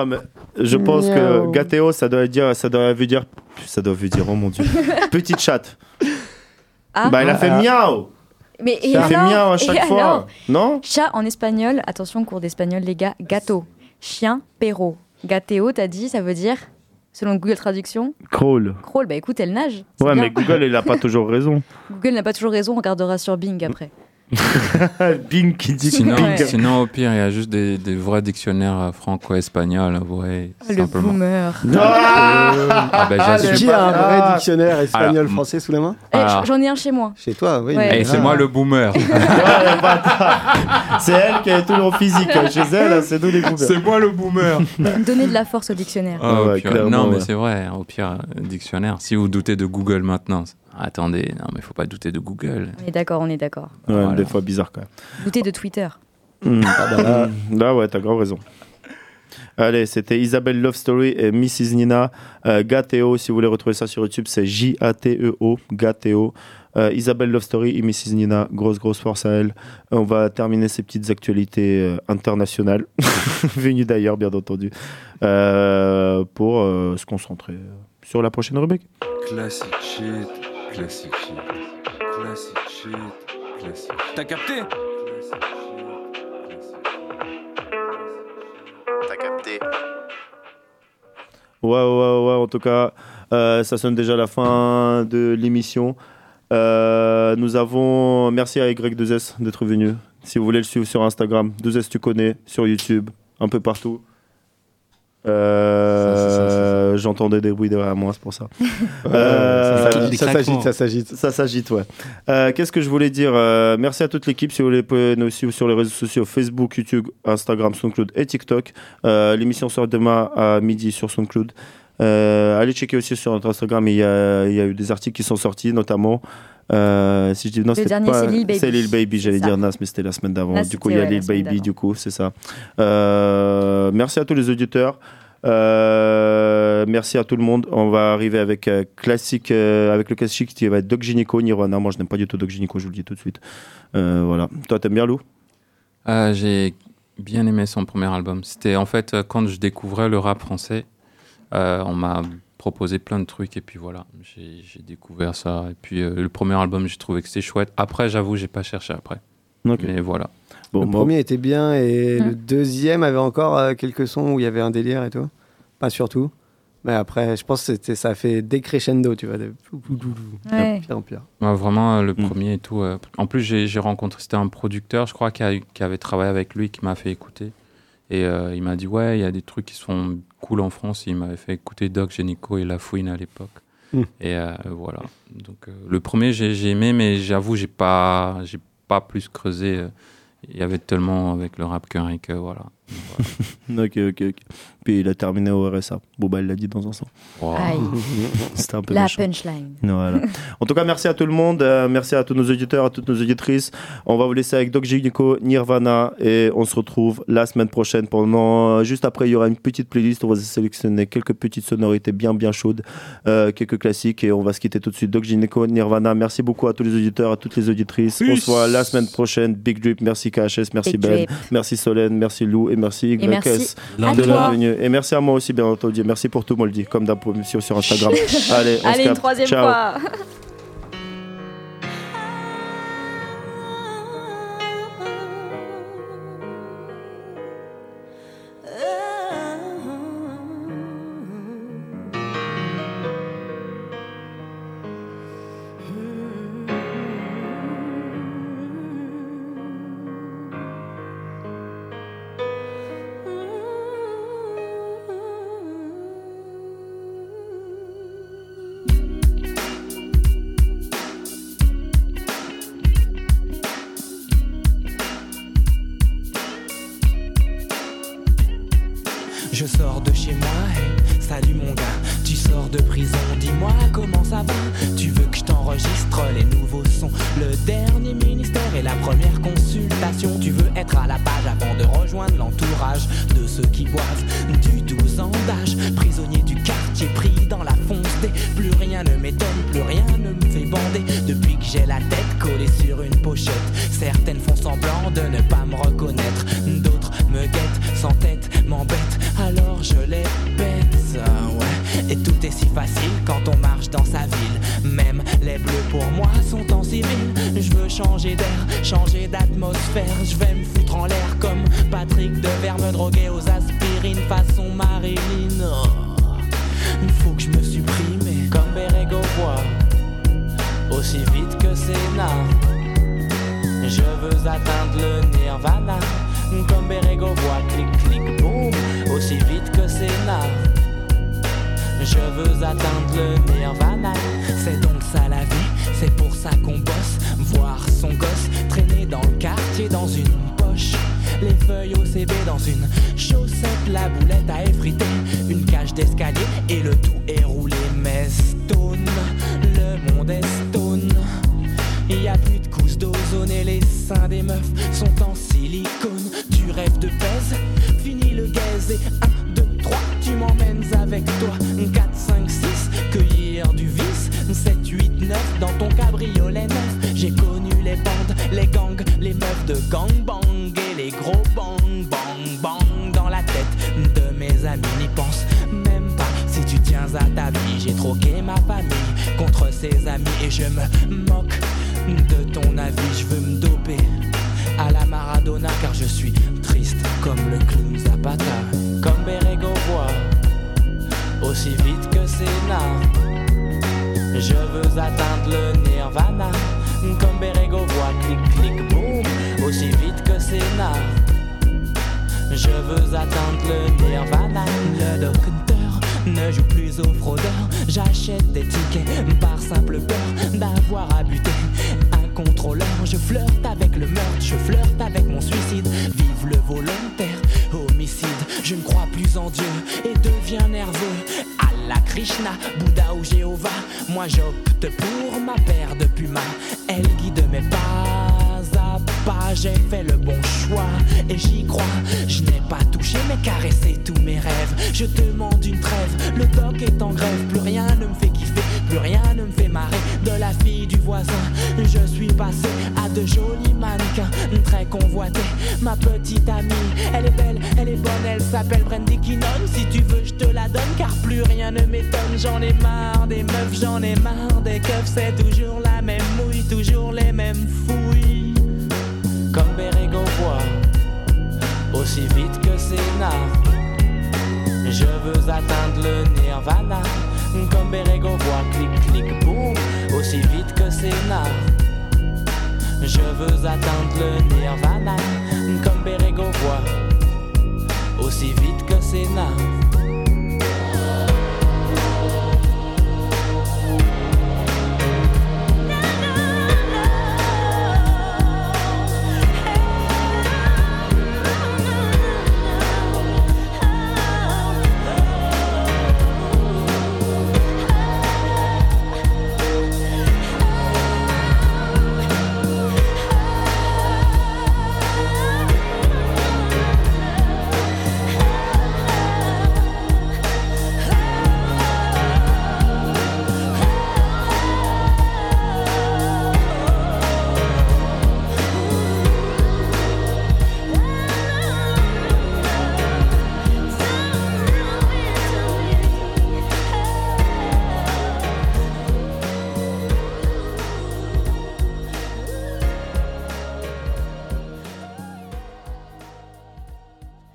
Non, mais je pense Miaou. que Gateo, ça doit dire, ça doit veut dire, ça doit veut dire, oh mon dieu, petite chatte. Ah. Bah, il a fait Ah. miaou. Mais et Il fait alors miaou à chaque Et fois. alors Non? Chat en espagnol, attention, cours d'espagnol, les gars, gâteau. Chien, perro. Gateo, t'as dit, ça veut dire, selon Google Traduction, Crawl. crawl. Bah écoute, elle nage. c'est Ouais, bien. mais Google, il a pas toujours raison. Google n'a pas toujours raison, on regardera sur Bing après. Bing qui dit Sinon, Bing. sinon, au pire, il y a juste des, des vrais dictionnaires euh, franco-espagnols. Ouais, Le simplement. boomer. Ah, Ah, bah, j'assume. Qui a un vrai Ah. dictionnaire Alors, espagnol-français sous la main Eh, Alors. J'en ai un chez moi. Chez toi, oui. Ouais. mais- Et c'est Ah. moi le boomer. Ouais, bâtard. C'est elle qui est toujours physique. Chez elle, c'est nous les boomers. c'est moi le boomer. Donner de la force au dictionnaire. Ah, au Ouais, pire. clairement, non, mais ouais. c'est vrai, au pire, euh, dictionnaire. Si vous doutez de Google maintenant, c'est- attendez, non, mais il faut pas douter de Google. On est d'accord, on est d'accord. Ouais, Voilà. des fois bizarre quand même. Doutez de Twitter. Hmm. Ah bah là, là, ouais, t'as grave raison. Allez, c'était Isabelle Love Story et missus Nina. Euh, Gateo, si vous voulez retrouver ça sur YouTube, c'est J A T E O, Gateo. Euh, Isabelle Love Story et missus Nina, grosse, grosse force à elle. On va terminer ces petites actualités euh, internationales, venues d'ailleurs, bien entendu, euh, pour euh, se concentrer sur la prochaine rubrique. Classic shit, classic shit, classic shit, classic shit. T'as capté? T'as capté. Ouais, ouais, ouais, en tout cas, euh, ça sonne déjà la fin de l'émission. Euh, nous avons. Merci à Y deux S d'être venu. Si vous voulez le suivre sur Instagram, deux S tu connais, sur YouTube, un peu partout. Euh, J'entendais des bruits derrière moi, c'est pour ça. Euh, ça s'agite, ça s'agite, ça s'agite. Ça s'agite, ouais. Euh, Qu'est-ce que je voulais dire euh, Merci à toute l'équipe. Si vous voulez, vous pouvez nous suivre sur les réseaux sociaux Facebook, YouTube, Instagram, SoundCloud et TikTok. Euh, L'émission sort demain à midi sur SoundCloud. Euh, allez checker aussi sur notre Instagram. Il y a, il y a eu des articles qui sont sortis, notamment. Euh, si je dis non, Le c'était dernier, pas. c'est Lil Baby. C'est Lil Baby, j'allais C'est dire ça. Nas, mais c'était la semaine d'avant. Là, Du coup, il y a c'était, ouais, Lil la semaine Baby, d'avant. du coup, c'est ça. Euh, merci à tous les auditeurs. Euh, merci à tout le monde. On va arriver avec euh, classique, euh, avec le classique qui va être Doc Gynéco, Nirvana. Moi, je n'aime pas du tout Doc Gynéco, je vous le dis tout de suite. Euh, voilà. Toi, t'aimes bien Lou? Euh, j'ai bien aimé son premier album. C'était en fait euh, quand je découvrais le rap français, euh, on m'a proposé plein de trucs et puis voilà, j'ai j'ai découvert ça. Et puis euh, le premier album, j'ai trouvé que c'était chouette. Après, j'avoue, j'ai pas cherché après. Ok. Mais voilà. Bon, le moi- premier était bien et Mm. le deuxième avait encore euh, quelques sons où il y avait un délire et tout. Pas surtout. Mais après, je pense que c'était- ça a fait décrescendo, tu vois. De... Ouais. Pire en pire. Ouais, vraiment, euh, le Mm. premier et tout. euh, En plus, j'ai j'ai rencontré, c'était un producteur, je crois, qui, a, eu- qui avait travaillé avec lui, qui m'a fait écouter. Et euh, il m'a dit, ouais, il y a des trucs qui sont cool en France. Il m'avait fait écouter Doc Gynéco et La Fouine à l'époque. Mm. Et euh, voilà. Donc, euh, le premier, j'ai j'ai aimé, mais j'avoue, j'ai pas, j'ai pas plus creusé. euh, Il y avait tellement avec le rap qu'un que voilà. Ok, ok, ok. Puis il a terminé au R S A. Boba, il l'a dit dans un sens. Wow. Aïe. C'était un peu La méchant. punchline. Voilà. En tout cas, merci à tout le monde. euh, merci à tous nos auditeurs, à toutes nos auditrices. On va vous laisser avec Doc Gynéco, Nirvana. Et on se retrouve la semaine prochaine. Pendant, euh, juste après, il y aura une petite playlist. On va sélectionner quelques petites sonorités bien, bien chaudes. Euh, quelques classiques. Et on va se quitter tout de suite. Doc Gynéco, Nirvana. Merci beaucoup à tous les auditeurs, à toutes les auditrices. On se voit la semaine prochaine. Big Drip. Merci K H S. Merci Big Ben. Drip. Merci Solène. Merci Lou. Et merci Y S. Et merci à de toi. la venue. Et merci à moi aussi, bien entendu. Merci pour tout, Moldy. Comme d'hab, sur sur Instagram. Allez, on se Allez, une capte. troisième Ciao. fois. Je sors de chez moi, hey, salut mon gars. Tu sors de prison, dis-moi comment ça va. Tu veux que je t'enregistre les nouveaux sons, le dernier ministère et la première consultation. Tu veux être à la page avant de rejoindre l'entourage de ceux qui boivent du douze ans d'âge. Prisonnier du quartier pris dans la fonce des. Plus rien ne m'étonne, plus rien ne me fait bander. Depuis que j'ai la tête collée sur une pochette, certaines font semblant de ne pas me reconnaître. D'autres me guettent, sans tête, m'embêtent. Alors je Et tout est si facile quand on marche dans sa ville. Même les bleus pour moi sont en civil. Je veux changer d'air, changer d'atmosphère. Je vais me foutre en l'air comme Patrick Devers, me droguer aux aspirines façon Marilyn. Oh. Faut que je me supprime et comme Bérégo voit aussi vite que Sénat. Je veux atteindre le nirvana comme Bérégo voit, clic clic boum, aussi vite que Sénat. Je veux atteindre le nirvana. C'est donc ça la vie, c'est pour ça qu'on bosse. Voir son gosse traîner dans le quartier dans une poche. Les feuilles au C B dans une chaussette, la boulette à effriter, une cage d'escalier et le tout est roulé. Mais stone, le monde est stone. Y a plus de couches d'ozone et les seins des meufs sont en silicone. Tu rêves de pèse, fini le gaze et un, deux, trois, tu m'emmènes avec toi. quatre, cinq, six, cueillir du vice. sept, huit, neuf, dans ton cabriolet neuf. J'ai connu les bandes, les gangs, les meufs de gangbang et les gros bang, bang, bang dans la tête de mes amis. N'y pense même pas si tu tiens à ta vie. J'ai troqué ma famille contre ses amis et je me moque de ton avis. Je veux me doper à la Maradona car je suis triste comme le clown Zapata. Comme Bérégo voit aussi vite que Sénat. Je veux atteindre le nirvana comme Bérégo voit, clic clic boum, aussi vite que Sénat. Je veux atteindre le nirvana. Le docteur ne joue plus aux fraudeurs. J'achète des tickets par simple peur d'avoir à buter un contrôleur. Je flirte avec le meurtre, je flirte avec mon suicide. Vive le volontaire homicide. Je ne crois plus en Dieu et deviens nerveux. Allah, Krishna, Bouddha ou Jéhovah. Moi j'opte pour ma paire de pumas. Elle guide mes pas à pas. J'ai fait le bon choix et j'y crois. Je n'ai pas touché mais caressé tous mes rêves. Je demande une trêve, le doc est en grève. Plus rien ne me fait kiffer, plus rien ne me fait marrer. De la fille du voisin, je suis passé à de jolis mannequins très convoités. Ma petite amie, elle est belle, elle est bonne, elle s'appelle Brandy Kinnon. Si tu veux je te la donne car plus rien ne m'étonne. J'en ai marre des meufs, j'en ai marre des keufs. C'est toujours la même mouille, toujours les mêmes fouilles. Comme Bérégo voit aussi vite que Sénat. Je veux atteindre le nirvana comme Bérégo voit, clic clic boum, aussi vite que Sénat. Je veux atteindre le nirvana comme Bérégo voit, aussi vite que Sénat.